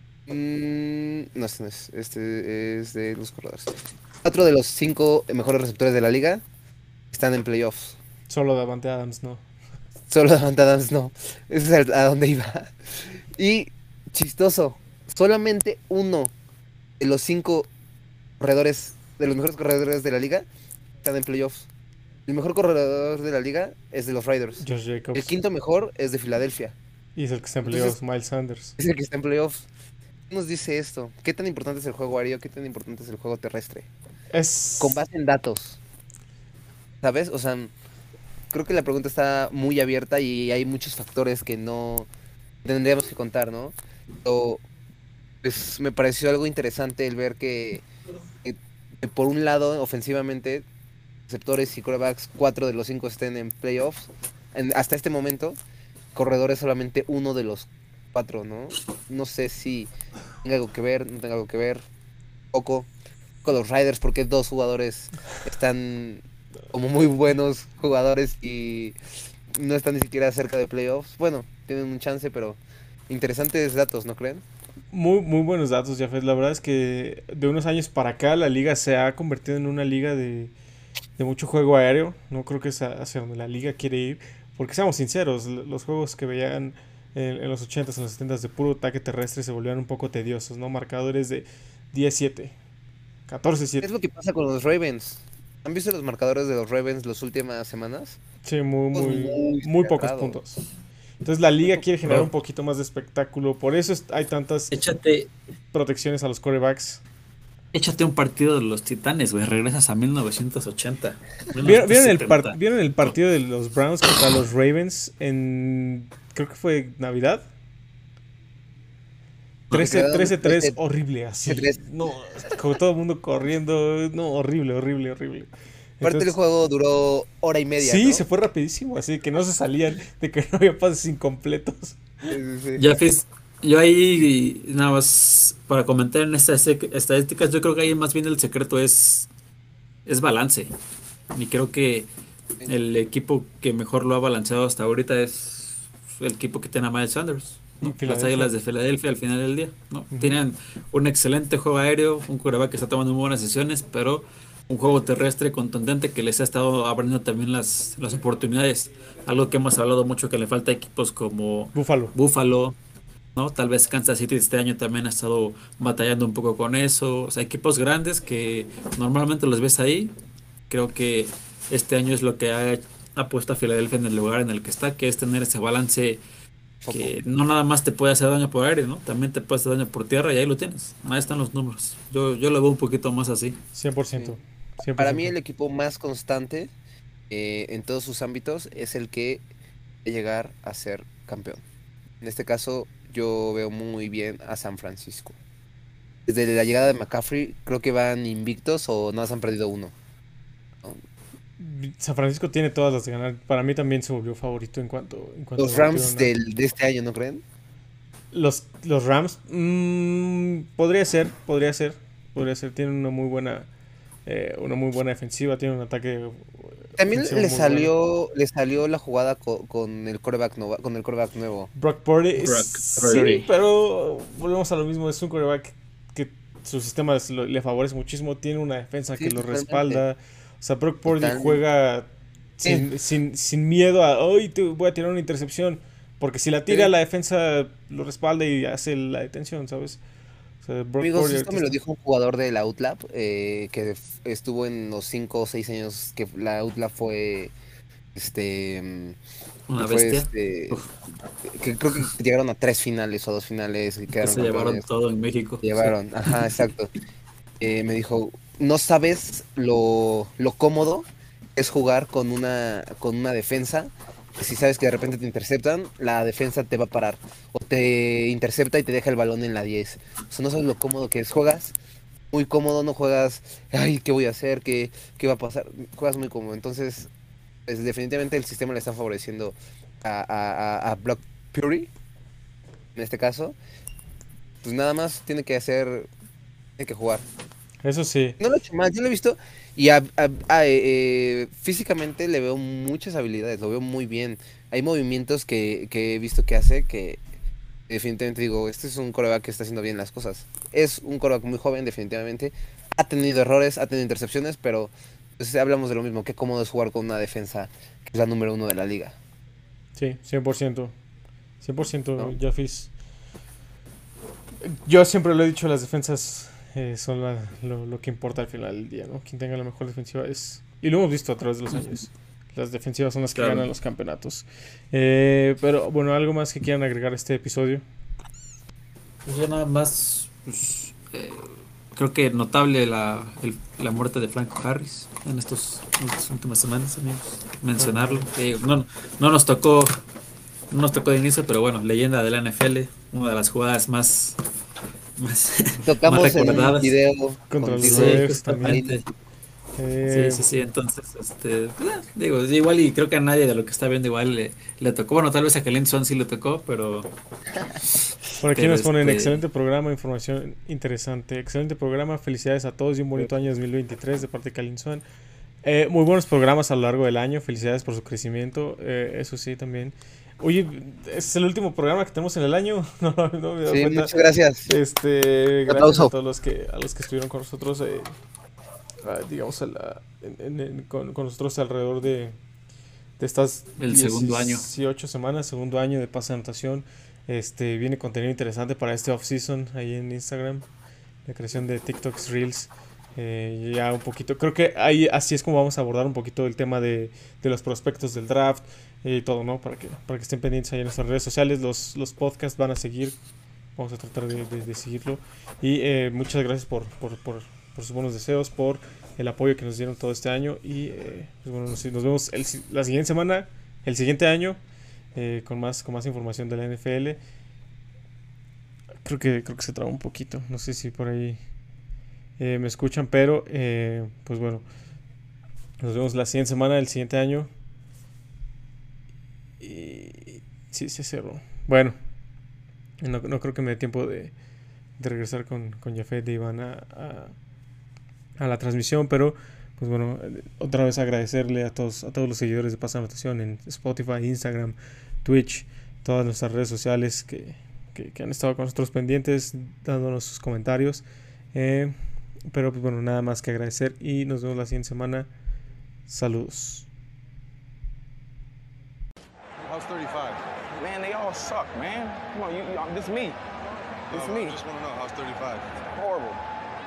S5: mm, no, este no es. Este es de los corredores. Cuatro de los cinco mejores receptores de la liga están en playoffs.
S3: Solo Davante Adams, ¿no?
S5: Solo Davante Adams no. Ese es a donde iba. Y chistoso, solamente uno de los cinco corredores, de los mejores corredores de la liga, están en playoffs. El mejor corredor de la liga es de los Raiders.
S3: Josh
S5: El
S3: Jacobs.
S5: quinto mejor es de Filadelfia.
S3: Y es el que se empleó,
S5: Entonces-
S3: Miles Sanders.
S5: Es el que está en playoffs. ¿Qué nos dice esto? ¿Qué tan importante es el juego aéreo? ¿Qué tan importante es el juego terrestre?
S3: Es...
S5: Con base en datos. ¿Sabes? O sea, creo que la pregunta está muy abierta y hay muchos factores que no tendríamos que contar, ¿no? Pero, pues, me pareció algo interesante el ver que, que- que por un lado, ofensivamente, receptores y quarterbacks, cuatro de los cinco estén en playoffs. En- hasta este momento, corredores solamente uno de los cuatro, ¿no? No sé si tenga algo que ver, no tenga algo que ver. Poco. Con los Riders, porque dos jugadores están como muy buenos jugadores y no están ni siquiera cerca de playoffs. Bueno, tienen un chance, pero interesantes datos, ¿no creen?
S3: Muy, muy buenos datos, Jafet. La verdad es que de unos años para acá la liga se ha convertido en una liga de, de mucho juego aéreo. No creo que sea hacia donde la liga quiere ir. Porque seamos sinceros, l- los juegos que veían en, en los ochentas, en los setentas de puro ataque terrestre se volvían un poco tediosos, ¿no? Marcadores de diez siete, catorce
S5: ¿Qué
S3: siete.
S5: es lo que pasa con los Ravens? ¿Han visto los marcadores de los Ravens las últimas semanas?
S3: Sí, muy,
S5: Pues
S3: muy,
S5: muy
S3: muy pocos
S5: cerrado.
S3: puntos. Entonces la liga quiere generar
S4: Pero-
S3: un poquito más de espectáculo. Por eso es- hay tantas
S4: Échate,
S3: protecciones a los quarterbacks.
S4: échate un partido de los Titanes, güey. Regresas a mil novecientos ochenta.
S3: ¿Vieron, vieron el par-
S4: mil novecientos setenta.
S3: vieron el partido de los Browns contra los Ravens en... creo que fue Navidad? trece
S5: quedaron
S3: tres,
S5: trece
S3: horrible, así.
S5: tres.
S3: No, con todo el mundo corriendo. No, horrible, horrible, horrible.
S5: Aparte el
S3: Entonces,
S5: juego duró hora y media,
S3: sí,
S5: ¿no?
S3: se fue rapidísimo, así que no se salían, de que no había pases incompletos.
S5: Sí, sí, sí.
S4: Ya, Fizz, yo ahí, nada más para comentar en estas esc- estadísticas, yo creo que ahí más bien el secreto es, es balance. Y creo que el equipo que mejor lo ha balanceado hasta ahorita es el equipo que tiene a Miles Sanders. ¿no? Las Águilas de Filadelfia al final del día, ¿no? Uh-huh. Tienen un excelente juego aéreo, un quarterback que está tomando muy buenas decisiones, pero un juego terrestre contundente que les ha estado abriendo también las, las oportunidades. Algo que hemos hablado mucho que le falta a equipos como
S3: Buffalo.
S4: Buffalo, ¿no? Tal vez Kansas City este año también ha estado batallando un poco con eso. O sea, equipos grandes que normalmente los ves ahí. Creo que este año es lo que ha, ha puesto a Filadelfia en el lugar en el que está, que es tener ese balance que no nada más te puede hacer daño por aire, ¿no? También te puede hacer daño por tierra y ahí lo tienes. Ahí están los números. Yo, yo lo veo un poquito más así.
S3: cien por ciento.
S5: Sí.
S3: cien por ciento.
S5: Para mí el equipo más constante eh, en todos sus ámbitos es el que va a llegar a ser campeón. En este caso yo veo muy bien a San Francisco. Desde la llegada de McCaffrey creo que van invictos o no han perdido uno. ¿No?
S3: San Francisco tiene todas las de ganar. Para mí también se volvió favorito en cuanto... En cuanto
S5: los Rams del, de este año, ¿no creen?
S3: Los, los Rams, mmm, podría ser, podría ser, podría ser. Tienen una muy buena... Eh, una muy buena defensiva, tiene un ataque.
S5: También le salió bueno. le salió la jugada con, con el quarterback nuevo, con el quarterback nuevo.
S3: Brock Purdy, sí, pero volvemos a lo mismo, es un quarterback que su sistema le favorece muchísimo, tiene una defensa sí, que lo totalmente. respalda. O sea, Brock Purdy totalmente. juega sin, sí. sin, sin miedo a hoy te voy a tirar una intercepción, porque si la tira sí. la defensa lo respalda y hace la detención, ¿sabes?
S5: Amigos, esto me lo dijo un jugador de la U T L A P eh, que estuvo en los cinco o seis años que la U T L A P fue este
S4: una
S5: fue,
S4: bestia
S5: este, que creo que llegaron a tres finales o dos finales y quedaron
S4: se llevaron todo en México
S5: llevaron, ajá, exacto. Eh, me dijo, no sabes lo, lo cómodo es jugar con una con una defensa. Si sabes que de repente te interceptan, la defensa te va a parar. O te intercepta y te deja el balón en la diez. O sea, no sabes lo cómodo que es. Juegas muy cómodo, no juegas, ay, ¿qué voy a hacer? ¿Qué, qué va a pasar? Juegas muy cómodo. Entonces, pues, definitivamente el sistema le está favoreciendo a, a, a Brock Purdy, en este caso. Pues nada más tiene que hacer, tiene que jugar.
S3: Eso sí.
S5: No lo he hecho mal, yo lo he visto y a, a, a, eh, físicamente le veo muchas habilidades, lo veo muy bien. Hay movimientos que, que he visto que hace que definitivamente digo, este es un quarterback que está haciendo bien las cosas. Es un quarterback muy joven, definitivamente. Ha tenido errores, ha tenido intercepciones, pero pues, hablamos de lo mismo. Qué cómodo es jugar con una defensa que es la número uno de la liga.
S3: Sí, cien por ciento. cien por ciento,
S5: ¿no?
S3: Jafis. Yo siempre lo he dicho, las defensas eh, son la, lo, lo que importa al final del día, ¿no? Quien tenga la mejor defensiva es... Y lo hemos visto a través de los años. Las defensivas son las que claro. ganan los campeonatos. Eh, pero, bueno, ¿algo más que quieran agregar a este episodio?
S4: Pues ya nada más... Pues, eh, creo que notable la, el, la muerte de Franco Harris en, estos, en estas últimas semanas, amigos. Mencionarlo. Eh, no, no nos tocó... No nos tocó de inicio, pero bueno, leyenda de la N F L. Una de las jugadas más... más
S5: Tocamos
S4: más
S5: en un video
S3: contra los
S4: sí,
S3: Bears también.
S4: Eh... Sí, sí, sí, entonces, este, eh, digo, igual y creo que a nadie de lo que está viendo igual le, le tocó, bueno, tal vez a Kellen Swan sí le tocó, pero...
S3: Por aquí
S4: pero
S3: nos ponen,
S4: este...
S3: excelente programa, información interesante, excelente programa, felicidades a todos y un bonito año dos mil veintitrés de parte de Kellen Swan. Eh, muy buenos programas a lo largo del año, felicidades por su crecimiento, eh, eso sí, también. Oye, es el último programa que tenemos en el año. No, no me he dado
S5: sí,
S3: cuenta.
S5: muchas gracias.
S3: Este, gracias a todos los que a los que estuvieron con nosotros, eh, digamos, a la, en, en, con, con nosotros alrededor de, de estas
S4: el segundo año.
S3: dieciocho semanas, segundo año de Pase de Anotación. Este, viene contenido interesante para este off-season ahí en Instagram, la creación de TikToks, Reels. Eh, ya un poquito, creo que ahí así es como vamos a abordar un poquito el tema de, de los prospectos del draft y todo, ¿no? Para que, para que estén pendientes ahí en nuestras redes sociales. Los, los podcasts van a seguir, vamos a tratar de, de, de seguirlo. Y eh, muchas gracias por, por, por, por sus buenos deseos, por el apoyo que nos dieron todo este año. Y eh, pues bueno, nos, nos vemos el, la siguiente semana, el siguiente año, eh, con más con más información de la N F L. Creo que, creo que se traba un poquito, no sé si por ahí Eh, me escuchan, pero eh, pues bueno, nos vemos la siguiente semana, el siguiente año. Y sí, se cerró. Bueno, no, no creo que me dé tiempo de, de regresar con, con Jafet y Iván a, a, a la transmisión, pero pues bueno, otra vez agradecerle a todos, a todos los seguidores de Pase de Anotación en Spotify, Instagram, Twitch, todas nuestras redes sociales que que, que han estado con nosotros pendientes, dándonos sus comentarios. Eh, pero pues bueno, nada más que agradecer y nos vemos la siguiente semana. Saludos.
S6: How's thirty-five?
S7: Man, they all suck, man. Come on, you, you, this me. This
S6: No,
S7: me.
S6: I just want to know, how's thirty-five?
S7: Horrible.